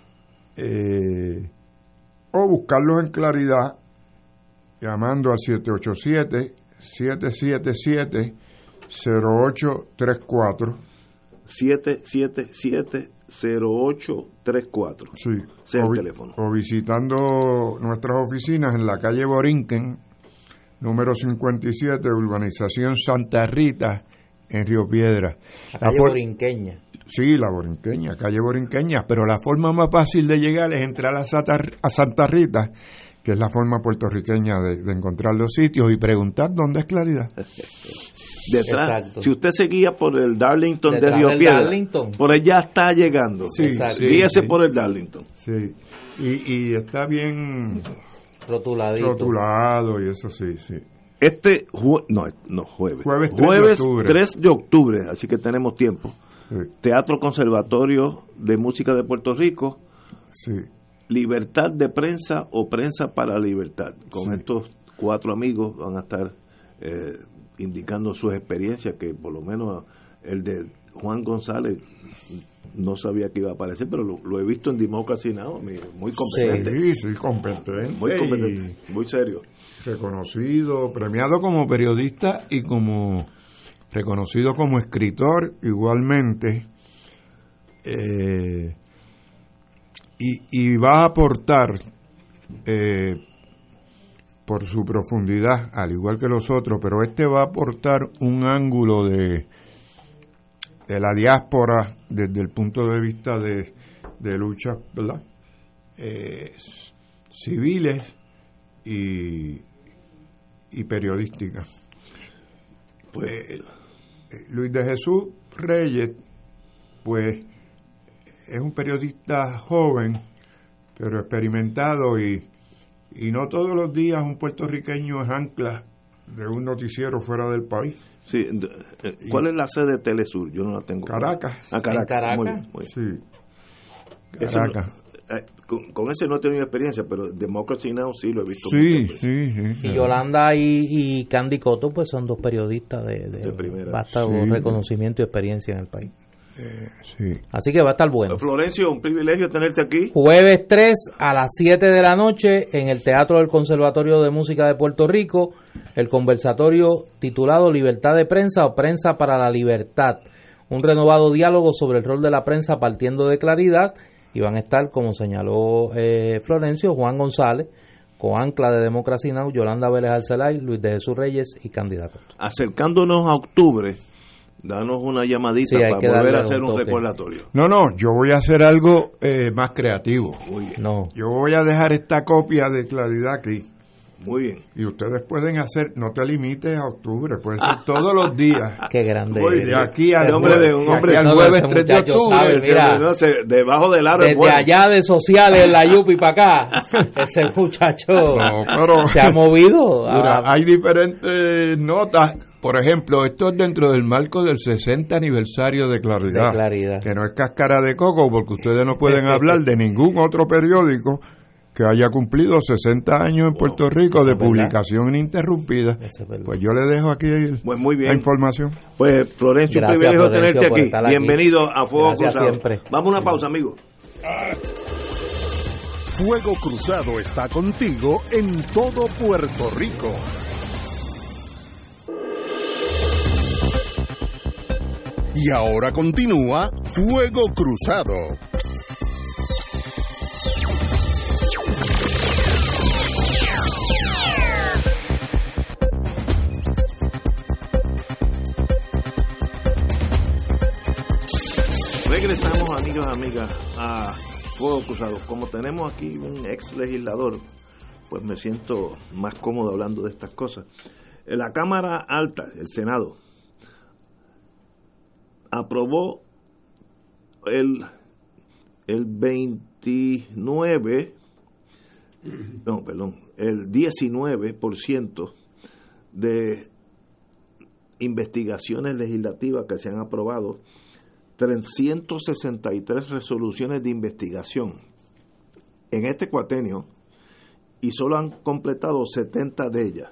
eh, o buscarlos en Claridad llamando al siete ocho siete, siete siete siete, cero ocho tres cuatro. siete siete siete, cero ocho tres cuatro. Sí, Sea el o, vi- teléfono. o visitando nuestras oficinas en la calle Borinquen, número cincuenta y siete, urbanización Santa Rita, en Río Piedra. La La calle for- Borinqueña. Sí, la Borinqueña, calle Borinqueña, pero la forma más fácil de llegar es entrar a Santa, a Santa Rita, que es la forma puertorriqueña de, de encontrar los sitios y preguntar dónde es Claridad. Detrás, Exacto. si usted se guía por el Darlington Detrás de Río del Piedra, Darlington. por allá está llegando. Sí, Exacto. sí, Guíese sí. por el Darlington. Sí, y, y está bien Rotuladito. rotulado y eso sí, sí. Este jue- no, no, jueves. Jueves tres de octubre. tres de octubre, así que tenemos tiempo. Sí, Teatro Conservatorio de Música de Puerto Rico, sí. Libertad de Prensa o Prensa para la Libertad. Con Sí. estos cuatro amigos van a estar eh, indicando sus experiencias, que por lo menos el de Juan González no sabía que iba a aparecer, pero lo, lo he visto en Democracy Now, mi- muy competente. Sí, sí, competente. Muy competente, muy serio. Y reconocido, premiado como periodista y como reconocido como escritor igualmente. Eh, y, y va a aportar eh, por su profundidad, al igual que los otros, pero este va a aportar un ángulo de, de la diáspora desde el punto de vista de, de luchas, ¿verdad? Eh, civiles y, y periodísticas. Pues eh, Luis de Jesús Reyes, pues es un periodista joven, pero experimentado y, y no todos los días un puertorriqueño es ancla de un noticiero fuera del país. Sí, d- eh, ¿cuál es la sede de Telesur? Yo no la tengo. Caracas. Ah, Caracas. ¿En Caracas? Muy bien, muy bien. Sí, Eso no- Caracas. eh, con, con ese no he tenido experiencia, pero Democracy Now! Sí lo he visto. Sí, muchas veces. sí, sí. Y Yolanda y, y Candy Cotto pues son dos periodistas de, de, De primera. basta Sí. reconocimiento y experiencia en el país. Eh, sí. Así que va a estar bueno. Florencio, un privilegio tenerte aquí. Jueves tres a las siete de la noche en el Teatro del Conservatorio de Música de Puerto Rico, el conversatorio titulado Libertad de Prensa o Prensa para la Libertad. Un renovado diálogo sobre el rol de la prensa partiendo de Claridad, y van a estar, como señaló eh, Florencio, Juan González, coancla de Democracy Now!, Yolanda Vélez Arcelay, Luis de Jesús Reyes y candidato. Acercándonos a octubre, danos una llamadita Sí, hay para que volver darle a hacer un un toque. recordatorio. No, no, yo voy a hacer algo eh, más creativo. Muy bien, No, Yo voy a dejar esta copia de Claridad aquí. muy bien. Y ustedes pueden hacer, no te limites a octubre, puede ser todos los días. qué grande. Muy eres. De aquí al El hombre jueves, de- un de hombre- aquí al No, jueves ese tres de muchacho octubre. sabe, mira. No, se- debajo del aro es Desde bueno. allá de sociales en la Yupi para acá, ese muchacho No, pero se ha movido. mira, a- hay diferentes notas. Por ejemplo, esto es dentro del marco del sesenta aniversario de Claridad. De Claridad. Que no es cáscara de coco, porque ustedes no pueden hablar de ningún otro periódico que haya cumplido sesenta años en Puerto Rico de es verdad. publicación ininterrumpida. Eso es verdad. Pues yo le dejo aquí el- Pues muy bien. la información. Pues Florencio, un Gracias, privilegio Florencio, tenerte por aquí. estar aquí. Bienvenido a Fuego Gracias Cruzado. siempre. Vamos a una pausa, amigos. Fuego Cruzado está contigo en todo Puerto Rico. Y ahora continúa Fuego Cruzado. Regresamos, amigos y amigas, a Fuego Cruzado. Como tenemos aquí un ex legislador, pues me siento más cómodo hablando de estas cosas. La Cámara Alta, el Senado, aprobó el, el veintinueve, no, perdón, el diecinueve por ciento de investigaciones legislativas que se han aprobado, trescientas sesenta y tres resoluciones de investigación en este cuatrienio, y solo han completado setenta de ellas.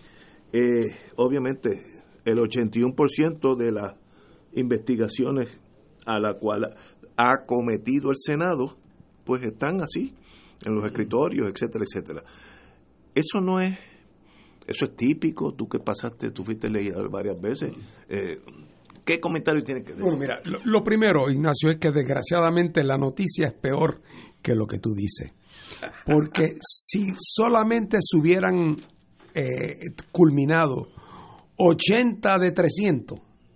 Eh, obviamente, el ochenta y uno por ciento de las investigaciones a la cual ha cometido el Senado, pues están así, en los escritorios, etcétera, etcétera. Eso no es, eso es típico. Tú que pasaste, tú fuiste legislador varias veces. Eh, ¿Qué comentario tienes que decir? Bueno, mira, lo, lo primero, Ignacio, es que desgraciadamente la noticia es peor que lo que tú dices. Porque si solamente se hubieran eh, culminado ochenta de trescientos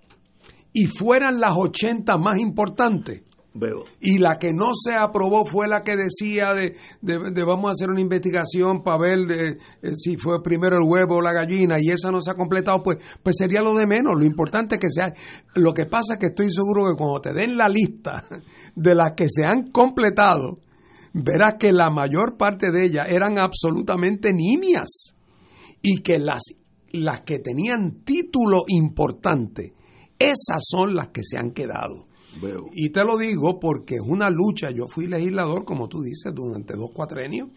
y fueran las ochenta más importantes, Veo. y la que no se aprobó fue la que decía de, de, de vamos a hacer una investigación para ver de, de, si fue primero el huevo o la gallina, y esa no se ha completado, pues, pues sería lo de menos. Lo importante es que sea. Lo que pasa es que estoy seguro que cuando te den la lista de las que se han completado, verás que la mayor parte de ellas eran absolutamente nimias, y que las, las que tenían título importante, esas son las que se han quedado. Veo. Y te lo digo porque es una lucha. Yo fui legislador, como tú dices, durante dos cuatrenios,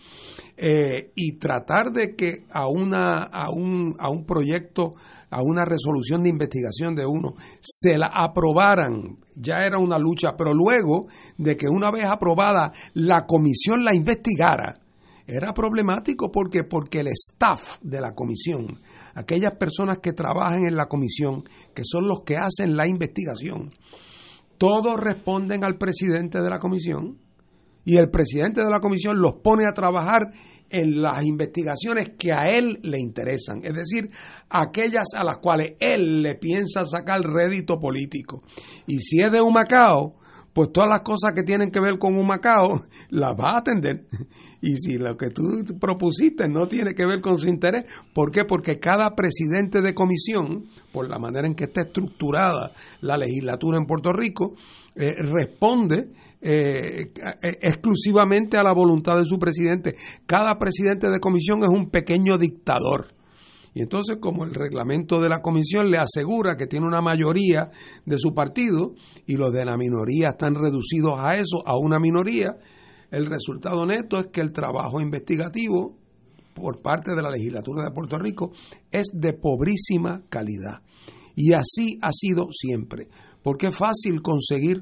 eh, y tratar de que a una a un a un proyecto, a una resolución de investigación de uno, se la aprobaran, ya era una lucha, pero luego de que una vez aprobada la comisión la investigara, era problemático. porque porque el staff de la comisión, aquellas personas que trabajan en la comisión, que son los que hacen la investigación, todos responden al presidente de la comisión, y el presidente de la comisión los pone a trabajar en las investigaciones que a él le interesan, es decir, aquellas a las cuales él le piensa sacar rédito político. Y si es de Humacao, pues todas las cosas que tienen que ver con Humacao las va a atender. Y si lo que tú propusiste no tiene que ver con su interés, ¿por qué? Porque cada presidente de comisión, por la manera en que está estructurada la legislatura en Puerto Rico, eh, responde eh, exclusivamente a la voluntad de su presidente. Cada presidente de comisión es un pequeño dictador. Y entonces, como el reglamento de la comisión le asegura que tiene una mayoría de su partido y los de la minoría están reducidos a eso, a una minoría, el resultado neto es que el trabajo investigativo por parte de la legislatura de Puerto Rico es de pobrísima calidad. Y así ha sido siempre, porque es fácil conseguir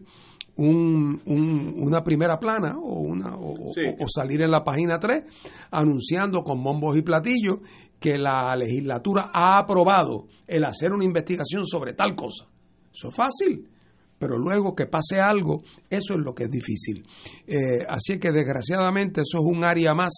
un, un, una primera plana o, una, o, sí. o, o salir en la página tres anunciando con bombos y platillos que la legislatura ha aprobado el hacer una investigación sobre tal cosa. Eso es fácil, pero luego que pase algo, eso es lo que es difícil. Eh, así que desgraciadamente eso es un área más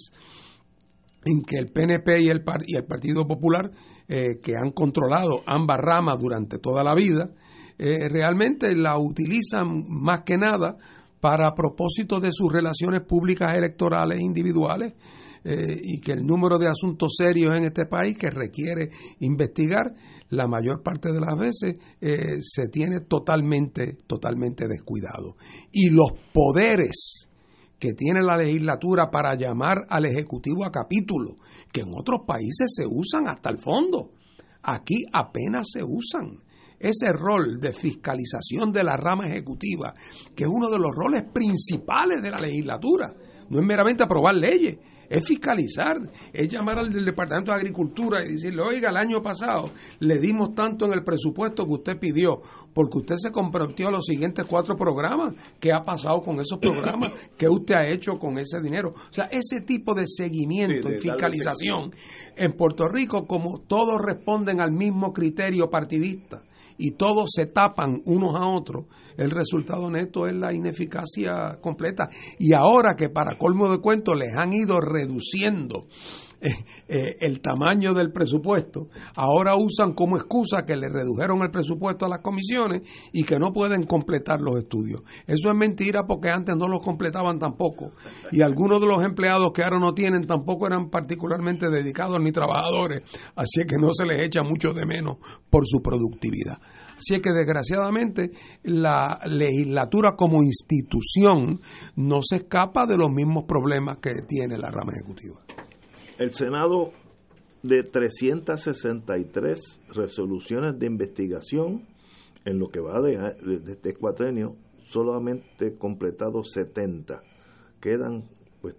en que el P N P y el, y el Partido Popular, eh, que han controlado ambas ramas durante toda la vida, eh, realmente la utilizan más que nada para propósitos de sus relaciones públicas electorales individuales, eh, y que el número de asuntos serios en este país que requiere investigar, la mayor parte de las veces eh, se tiene totalmente, totalmente descuidado. Y los poderes que tiene la legislatura para llamar al Ejecutivo a capítulo, que en otros países se usan hasta el fondo, aquí apenas se usan. Ese rol de fiscalización de la rama ejecutiva, que es uno de los roles principales de la legislatura, no es meramente aprobar leyes, es fiscalizar, es llamar al del Departamento de Agricultura y decirle, oiga, el año pasado le dimos tanto en el presupuesto que usted pidió, porque usted se comprometió a los siguientes cuatro programas. ¿Qué ha pasado con esos programas? ¿Qué usted ha hecho con ese dinero? O sea, ese tipo de seguimiento sí, y fiscalización en Puerto Rico, como todos responden al mismo criterio partidista y todos se tapan unos a otros, el resultado neto es la ineficacia completa. Y ahora que para colmo de cuentos les han ido reduciendo eh, eh, el tamaño del presupuesto, ahora usan como excusa que le redujeron el presupuesto a las comisiones y que no pueden completar los estudios. Eso es mentira, porque antes no los completaban tampoco, y algunos de los empleados que ahora no tienen tampoco eran particularmente dedicados ni trabajadores, así es que no se les echa mucho de menos por su productividad. Así es que desgraciadamente la legislatura como institución no se escapa de los mismos problemas que tiene la rama ejecutiva. El Senado, de trescientas sesenta y tres resoluciones de investigación en lo que va de, de este cuatrenio, solamente completado setenta. Quedan pues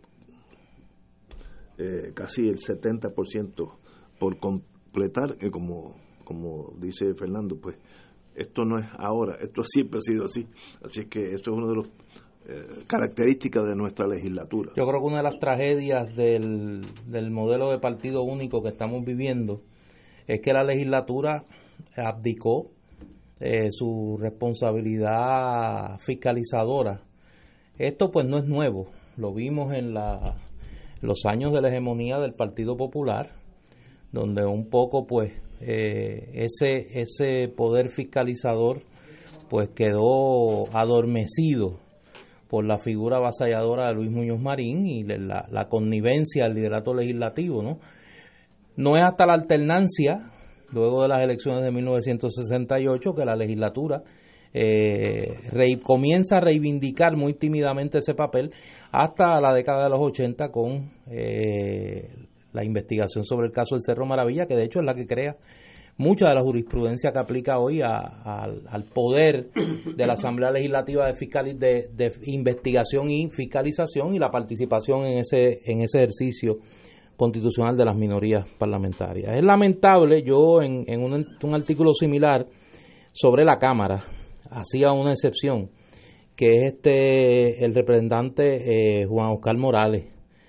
eh, casi el setenta por ciento por completar, que como, como dice Fernando, pues esto no es ahora, esto siempre ha sido así. Así que eso es una de las eh, características de nuestra legislatura. Yo creo que una de las tragedias del, del modelo de partido único que estamos viviendo es que la legislatura abdicó eh, su responsabilidad fiscalizadora. Esto pues no es nuevo, lo vimos en la, los años de la hegemonía del Partido Popular, donde un poco pues eh, ese ese poder fiscalizador pues quedó adormecido por la figura avasalladora de Luis Muñoz Marín y la, la connivencia del liderato legislativo, ¿no? No es hasta la alternancia, luego de las elecciones de mil novecientos sesenta y ocho, que la legislatura eh, re, comienza a reivindicar muy tímidamente ese papel, hasta la década de los ochenta con eh, la investigación sobre el caso del Cerro Maravilla, que de hecho es la que crea mucha de la jurisprudencia que aplica hoy a, a, al poder de la Asamblea Legislativa de, fiscal, de, de investigación y fiscalización, y la participación en ese, en ese ejercicio constitucional de las minorías parlamentarias. Es lamentable, yo en, en un, un artículo similar sobre la Cámara hacía una excepción, que es este el representante eh, Juan Oscar Morales,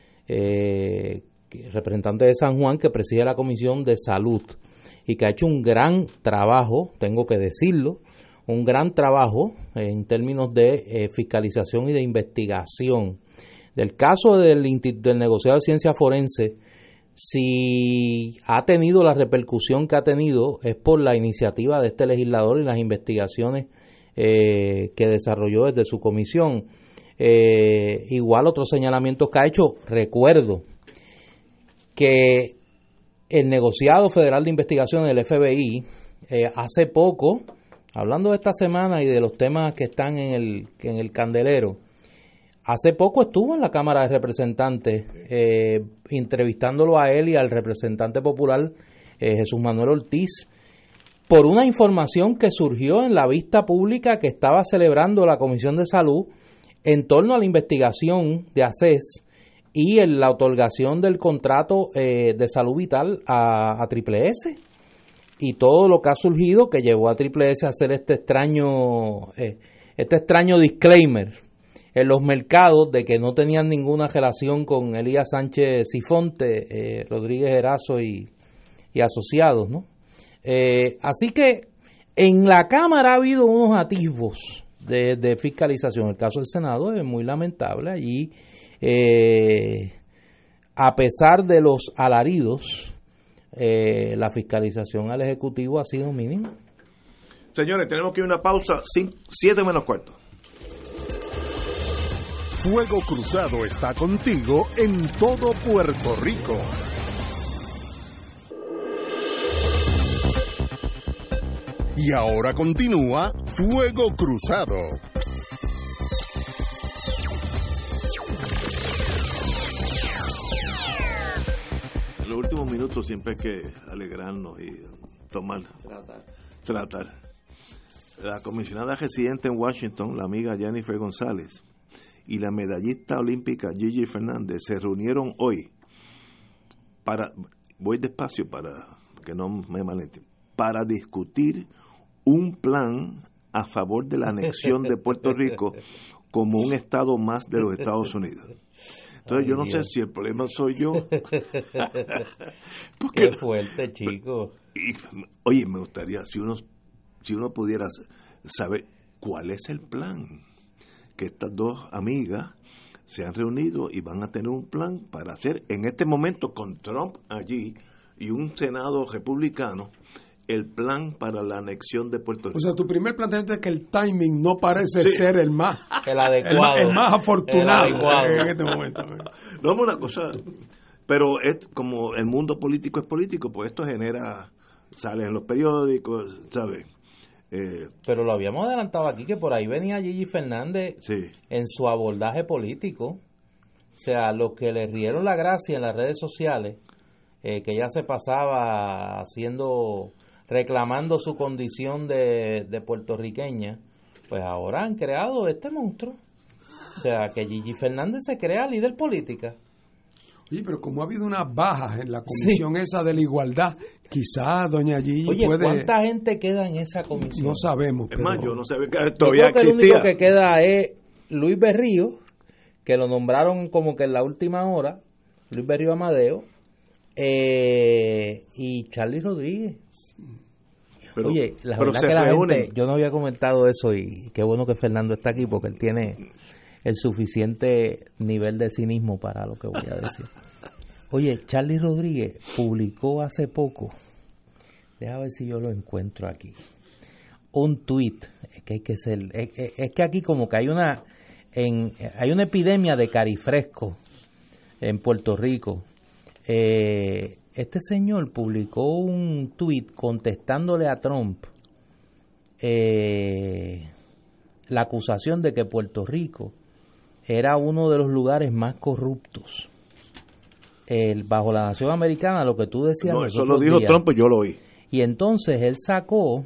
eh, representante de San Juan, que preside la Comisión de Salud y que ha hecho un gran trabajo, tengo que decirlo, un gran trabajo en términos de eh, fiscalización y de investigación. Del caso del, del negociado de ciencia forense, si ha tenido la repercusión que ha tenido, es por la iniciativa de este legislador y las investigaciones eh, que desarrolló desde su comisión. Eh, igual otros señalamientos que ha hecho, recuerdo que el negociado federal de investigación del F B I eh, hace poco, hablando de esta semana y de los temas que están en el, en el candelero, hace poco estuvo en la Cámara de Representantes eh, entrevistándolo a él y al representante popular eh, Jesús Manuel Ortiz por una información que surgió en la vista pública que estaba celebrando la Comisión de Salud en torno a la investigación de ACES y en la otorgación del contrato eh, de salud vital a, a Triple S, y todo lo que ha surgido que llevó a Triple S a hacer este extraño eh, este extraño disclaimer en los mercados de que no tenían ninguna relación con Elías Sánchez Sifonte, eh, Rodríguez Erazo y, y asociados, ¿no? Eh, así que en la Cámara ha habido unos atisbos de, de fiscalización. El caso del Senado es muy lamentable. Allí, eh, a pesar de los alaridos, eh, la fiscalización al Ejecutivo ha sido mínima. Señores, tenemos que ir a una pausa, cinco, siete menos cuarto. Fuego Cruzado está contigo en todo Puerto Rico. Y ahora continúa Fuego Cruzado. En los últimos minutos siempre hay que alegrarnos y tomar, tratar. tratar. La comisionada residente en Washington, la amiga Jennifer González, y la medallista olímpica Gigi Fernández se reunieron hoy para, voy despacio para que no me malentiendan, para discutir un plan a favor de la anexión de Puerto Rico como un estado más de los Estados Unidos. Entonces, Ay, yo no Dios. sé si el problema soy yo. Qué fuerte, chico. Y, oye, me gustaría, si uno, si uno pudiera saber cuál es el plan que estas dos amigas se han reunido y van a tener un plan para hacer, en este momento con Trump allí y un Senado republicano, el plan para la anexión de Puerto Rico. O sea, tu primer planteamiento es que el timing no parece sí. ser el más, el adecuado, el, el más afortunado el adecuado. en este momento. No es una cosa, pero es como el mundo político es político, pues esto genera, sale en los periódicos, ¿sabes? Eh, pero lo habíamos adelantado aquí, que por ahí venía Gigi Fernández sí. en su abordaje político. O sea, los que le rieron la gracia en las redes sociales, eh, que ella se pasaba haciendo, reclamando su condición de, de puertorriqueña, pues ahora han creado este monstruo. O sea, que Gigi Fernández se crea líder política. Oye, pero como ha habido unas bajas en la comisión sí. esa de la igualdad, quizás doña Gigi Oye, puede... ¿cuánta gente queda en esa comisión? No sabemos. Es pero... más, yo no sabía que todavía yo creo que existía. el único que queda es Luis Berrío, que lo nombraron como que en la última hora, Luis Berrío Amadeo, eh, y Charlie Rodríguez. Pero, Oye, la verdad que la gente, yo no había comentado eso y qué bueno que Fernando está aquí porque él tiene el suficiente nivel de cinismo para lo que voy a decir. Oye, Charlie Rodríguez publicó hace poco, déjame ver si yo lo encuentro aquí, un tuit, es que hay que ser, es, es, es que aquí como que hay una, en, hay una epidemia de carifresco en Puerto Rico. Eh, este señor publicó un tuit contestándole a Trump eh, la acusación de que Puerto Rico era uno de los lugares más corruptos el, bajo la nación americana, lo que tú decías. No, eso lo dijo días. Trump, yo lo oí. Y entonces él sacó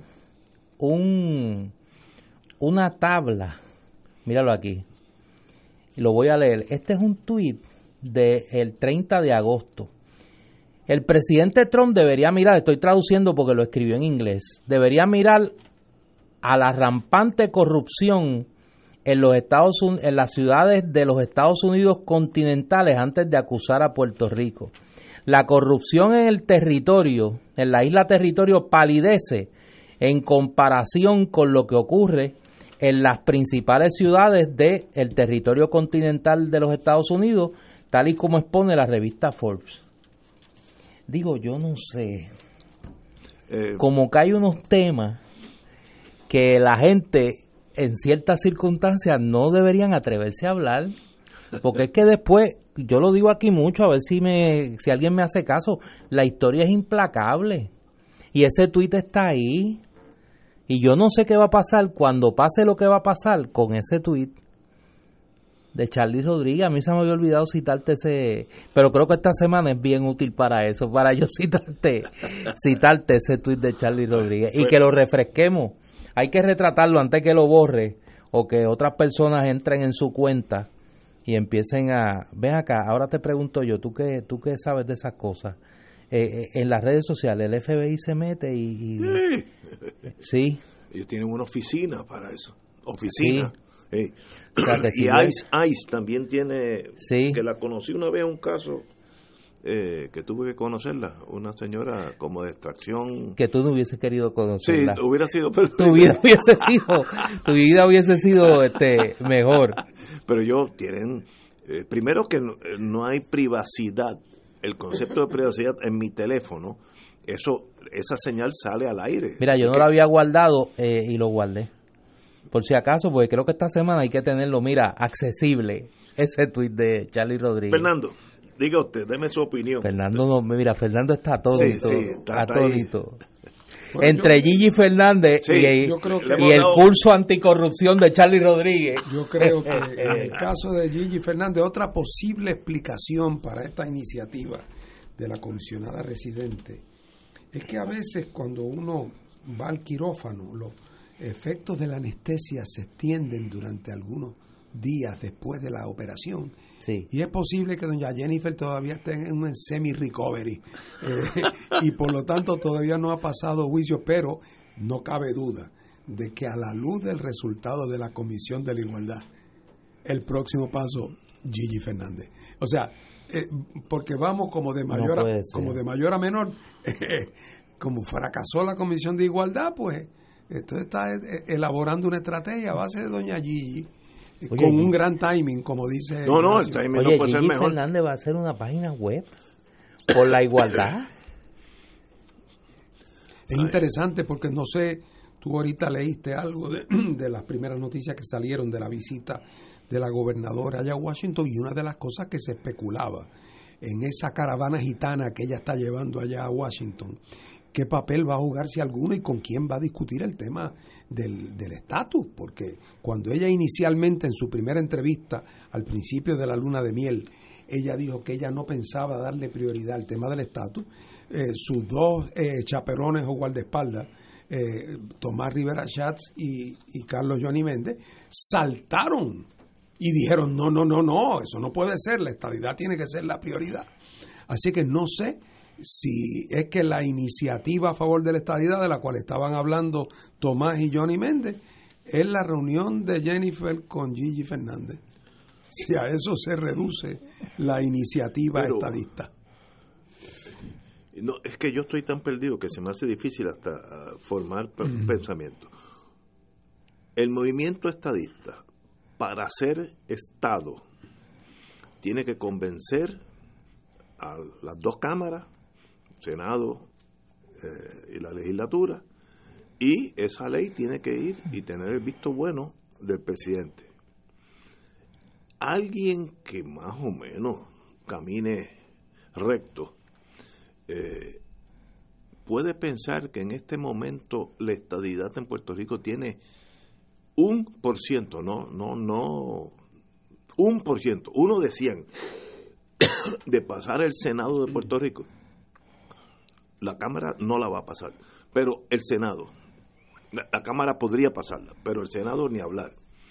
un una tabla, míralo aquí, lo voy a leer. Este es un tuit del treinta de agosto. El presidente Trump debería mirar, estoy traduciendo porque lo escribió en inglés, debería mirar a la rampante corrupción en los Estados Unidos, en las ciudades de los Estados Unidos continentales antes de acusar a Puerto Rico. La corrupción en el territorio, en la isla territorio, palidece en comparación con lo que ocurre en las principales ciudades del territorio continental de los Estados Unidos, tal y como expone la revista Forbes. Digo, yo no sé, eh, como que hay unos temas que la gente en ciertas circunstancias no deberían atreverse a hablar, porque es que después, yo lo digo aquí mucho, a ver si me si alguien me hace caso, la historia es implacable y ese tuit está ahí y yo no sé qué va a pasar cuando pase lo que va a pasar con ese tuit de Charlie Rodríguez. A mí se me había olvidado citarte ese, pero creo que esta semana es bien útil para eso, para yo citarte citarte ese tuit de Charlie Rodríguez y que lo refresquemos. Hay que retratarlo antes que lo borre o que otras personas entren en su cuenta y empiecen a... Ven acá, ahora te pregunto yo, ¿tú qué, tú qué sabes de esas cosas? Eh, eh, en las redes sociales el F B I se mete y... y sí. sí. Ellos tienen una oficina para eso. Oficina. Sí. Sí. O sea, que si y yo... ICE, ICE también tiene... Sí. Que la conocí una vez, un caso... Eh, que tuve que conocerla, una señora como de extracción que tú no hubieses querido conocerla. Sí, hubiera sido pero... tu vida hubiese sido tu vida hubiese sido este mejor. Pero ellos tienen eh, primero que no, no hay privacidad, el concepto de privacidad en mi teléfono, eso esa señal sale al aire. Mira, yo no lo había guardado eh, y lo guardé por si acaso, porque creo que esta semana hay que tenerlo, mira, accesible ese tuit de Charlie Rodríguez. Fernando, diga usted, deme su opinión. Fernando, no, mira, Fernando está atónito, sí, sí, está, atónito. Bueno, entre yo, Gigi Fernández sí, y, yo creo que y el dado, curso anticorrupción de Charlie Rodríguez. Yo creo que en el caso de Gigi Fernández, otra posible explicación para esta iniciativa de la comisionada residente es que a veces cuando uno va al quirófano, los efectos de la anestesia se extienden durante algunos días después de la operación. Sí. Y es posible que doña Jennifer todavía esté en un semi-recovery eh, y por lo tanto todavía no ha pasado juicio, pero no cabe duda de que a la luz del resultado de la Comisión de la Igualdad, el próximo paso, Gigi Fernández. O sea, eh, porque vamos como de mayor, no a, como de mayor a menor, eh, como fracasó la Comisión de Igualdad, pues entonces está eh, elaborando una estrategia a base de doña Gigi. Oye, con un gran timing, como dice. No, no, el timing Oye, no puede Gigi ser mejor. Fernández va a hacer una página web por la igualdad. Es interesante porque no sé, tú ahorita leíste algo de, de las primeras noticias que salieron de la visita de la gobernadora allá a Washington, y una de las cosas que se especulaba en esa caravana gitana que ella está llevando allá a Washington, qué papel va a jugar, si alguno, y con quién va a discutir el tema del del estatus, porque cuando ella inicialmente en su primera entrevista al principio de la luna de miel, ella dijo que ella no pensaba darle prioridad al tema del estatus, eh, sus dos eh, chaperones o guardaespaldas, eh, Tomás Rivera Schatz y, y Carlos Johnny Méndez, saltaron y dijeron no, no, no, no, eso no puede ser, la estadidad tiene que ser la prioridad. Así que no sé si es que la iniciativa a favor de la estadidad de la cual estaban hablando Tomás y Johnny Méndez es la reunión de Jennifer con Gigi Fernández. Si a eso se reduce la iniciativa Pero, estadista. No, es que yo estoy tan perdido que se me hace difícil hasta uh, formar uh-huh. pensamiento. El movimiento estadista, para ser Estado, tiene que convencer a las dos cámaras, Senado eh, y la legislatura, y esa ley tiene que ir y tener el visto bueno del presidente. Alguien que más o menos camine recto eh, puede pensar que en este momento la estadidad en Puerto Rico tiene un por ciento, no, no, no, un por ciento, uno de cien de pasar el Senado de Puerto Rico. La Cámara no la va a pasar, pero el Senado, la, la Cámara podría pasarla, pero el Senado ni hablar.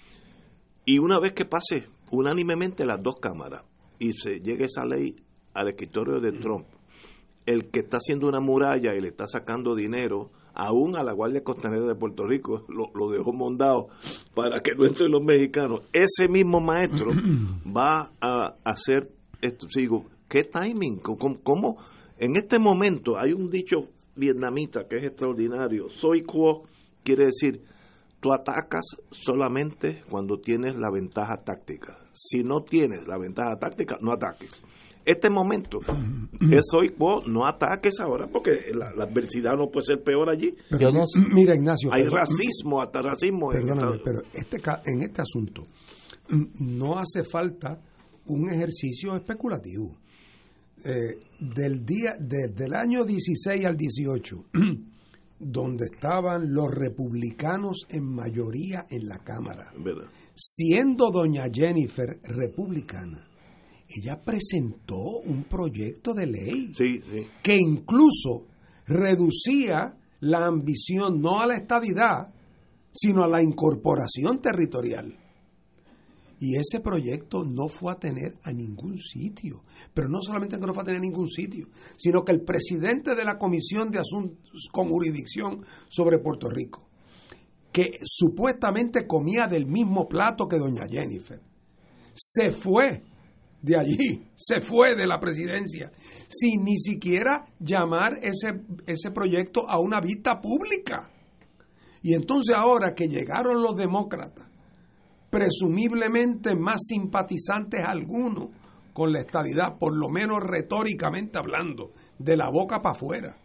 Y una vez que pase unánimemente las dos cámaras y se llegue esa ley al escritorio de Trump, el que está haciendo una muralla y le está sacando dinero aún a la Guardia Costanera de Puerto Rico, lo, lo dejó mondado para que no entren los mexicanos, ese mismo maestro va a hacer esto. Sigo, ¿qué timing? ¿Cómo, cómo? En este momento hay un dicho vietnamita que es extraordinario, soy quo, quiere decir tú atacas solamente cuando tienes la ventaja táctica. Si no tienes la ventaja táctica, no ataques. Este momento es hoy, vos no ataques ahora porque la, la adversidad no puede ser peor allí. Pero, Yo no, mira, Ignacio, hay perdón, racismo, hasta racismo. Perdóname, en pero este, en este asunto no hace falta un ejercicio especulativo. Eh, del día, desde el año dieciséis al dieciocho, donde estaban los republicanos en mayoría en la Cámara, ¿verdad? Siendo doña Jennifer republicana, ella presentó un proyecto de ley sí, sí. que incluso reducía la ambición no a la estadidad, sino a la incorporación territorial. Y ese proyecto no fue a tener a ningún sitio. Pero no solamente que no fue a tener a ningún sitio, sino que el presidente de la Comisión de Asuntos con Jurisdicción sobre Puerto Rico, que supuestamente comía del mismo plato que doña Jennifer, se fue de allí, se fue de la presidencia, sin ni siquiera llamar ese, ese proyecto a una vista pública. Y entonces ahora que llegaron los demócratas, presumiblemente más simpatizantes algunos con la estadidad, por lo menos retóricamente hablando, de la boca para afuera,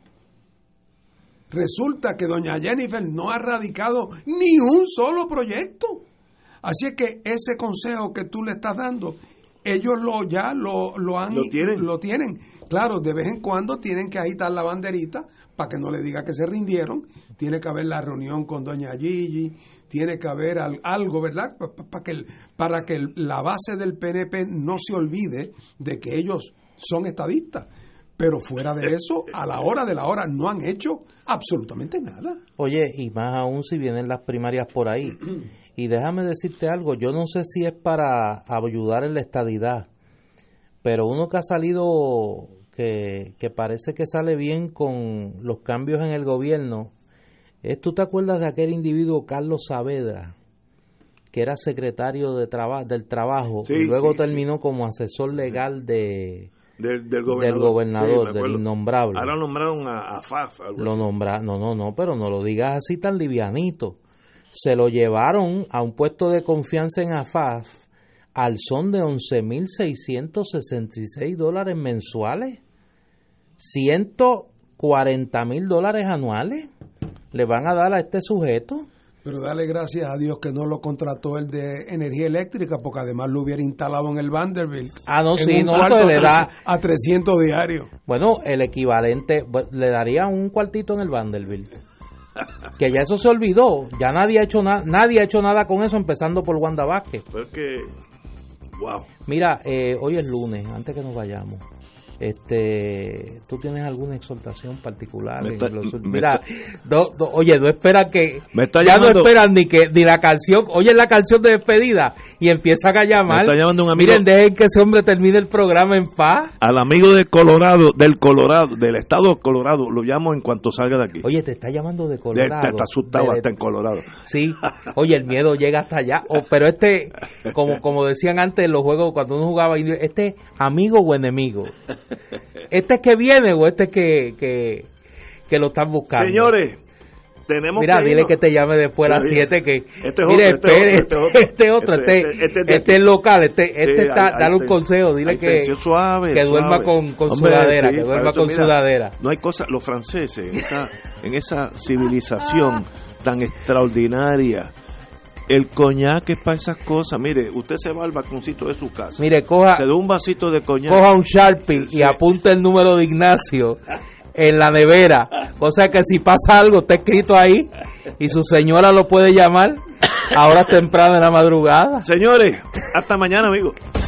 resulta que doña Jennifer no ha radicado ni un solo proyecto. Así es que ese consejo que tú le estás dando, ellos lo ya lo, lo han ¿Lo tienen? lo tienen. Claro, de vez en cuando tienen que agitar la banderita para que no le diga que se rindieron. Tiene que haber la reunión con doña Gigi, tiene que haber algo, ¿verdad? Para que, para que la base del P N P no se olvide de que ellos son estadistas. Pero fuera de eso, a la hora de la hora, no han hecho absolutamente nada. Oye, y más aún si vienen las primarias por ahí. Y déjame decirte algo, yo no sé si es para ayudar en la estadidad, pero uno que ha salido, que, que parece que sale bien con los cambios en el gobierno, es, ¿tú te acuerdas de aquel individuo Carlos Saavedra, que era secretario de traba, del trabajo, sí, y luego sí, terminó sí. como asesor legal de... Del, del gobernador, del, gobernador sí, del innombrable. Ahora nombraron a, a F A F. Lo nombra, no, no, no, pero no lo digas así tan livianito. se lo llevaron a un puesto de confianza en A F A F al son de once mil seiscientos sesenta y seis dólares mensuales, ciento cuarenta mil dólares anuales le van a dar a este sujeto. Pero dale gracias a Dios que no lo contrató el de energía eléctrica, porque además lo hubiera instalado en el Vanderbilt. Ah, no, sí, no, pues le da a trescientos diarios. Bueno, el equivalente, le daría un cuartito en el Vanderbilt. Que ya eso se olvidó, ya nadie ha hecho nada, nadie ha hecho nada con eso, empezando por Wanda Vázquez. Porque, wow. Mira, eh, hoy es lunes, antes que nos vayamos. Este, ¿tú tienes alguna exhortación particular? Me está, en los, me mira, está, do, do, oye, no esperan que me está ya llamando, no esperan ni que ni la canción, oye la canción de despedida y empiezan a llamar. Me está llamando un amigo. Miren, dejen que ese hombre termine el programa en paz. Al amigo de Colorado, del Colorado, del estado de Colorado, lo llamo en cuanto salga de aquí. Oye, te está llamando de Colorado. Está, está asustado de, hasta en Colorado. Sí, oye, el miedo llega hasta allá. Oh, pero este, como como decían antes en los juegos cuando uno jugaba, este amigo o enemigo. ¿Este es que viene o este es que, que, que lo están buscando? Señores, tenemos Mira, que dile irnos. que te llame después a las siete que... Este es mire, otro, espere, este es otro, este otro, este, este, este, este, este, este es local, este, este Sí, está, hay- dale hay un consejo, dile hay que, tensión suave, que duerma suave. con, con Hombre, sudadera, sí, que duerma para eso, con mira, sudadera. No hay cosa, los franceses, en esa, en esa civilización tan extraordinaria, el coñac es para esas cosas. Mire, usted se va al balconcito de su casa, Mire, coja, se da un vasito de coñac, coja un Sharpie Sí. y apunta el número de Ignacio en la nevera, cosa que si pasa algo está escrito ahí y su señora lo puede llamar a horas tempranas de la madrugada. Señores, hasta mañana, amigos.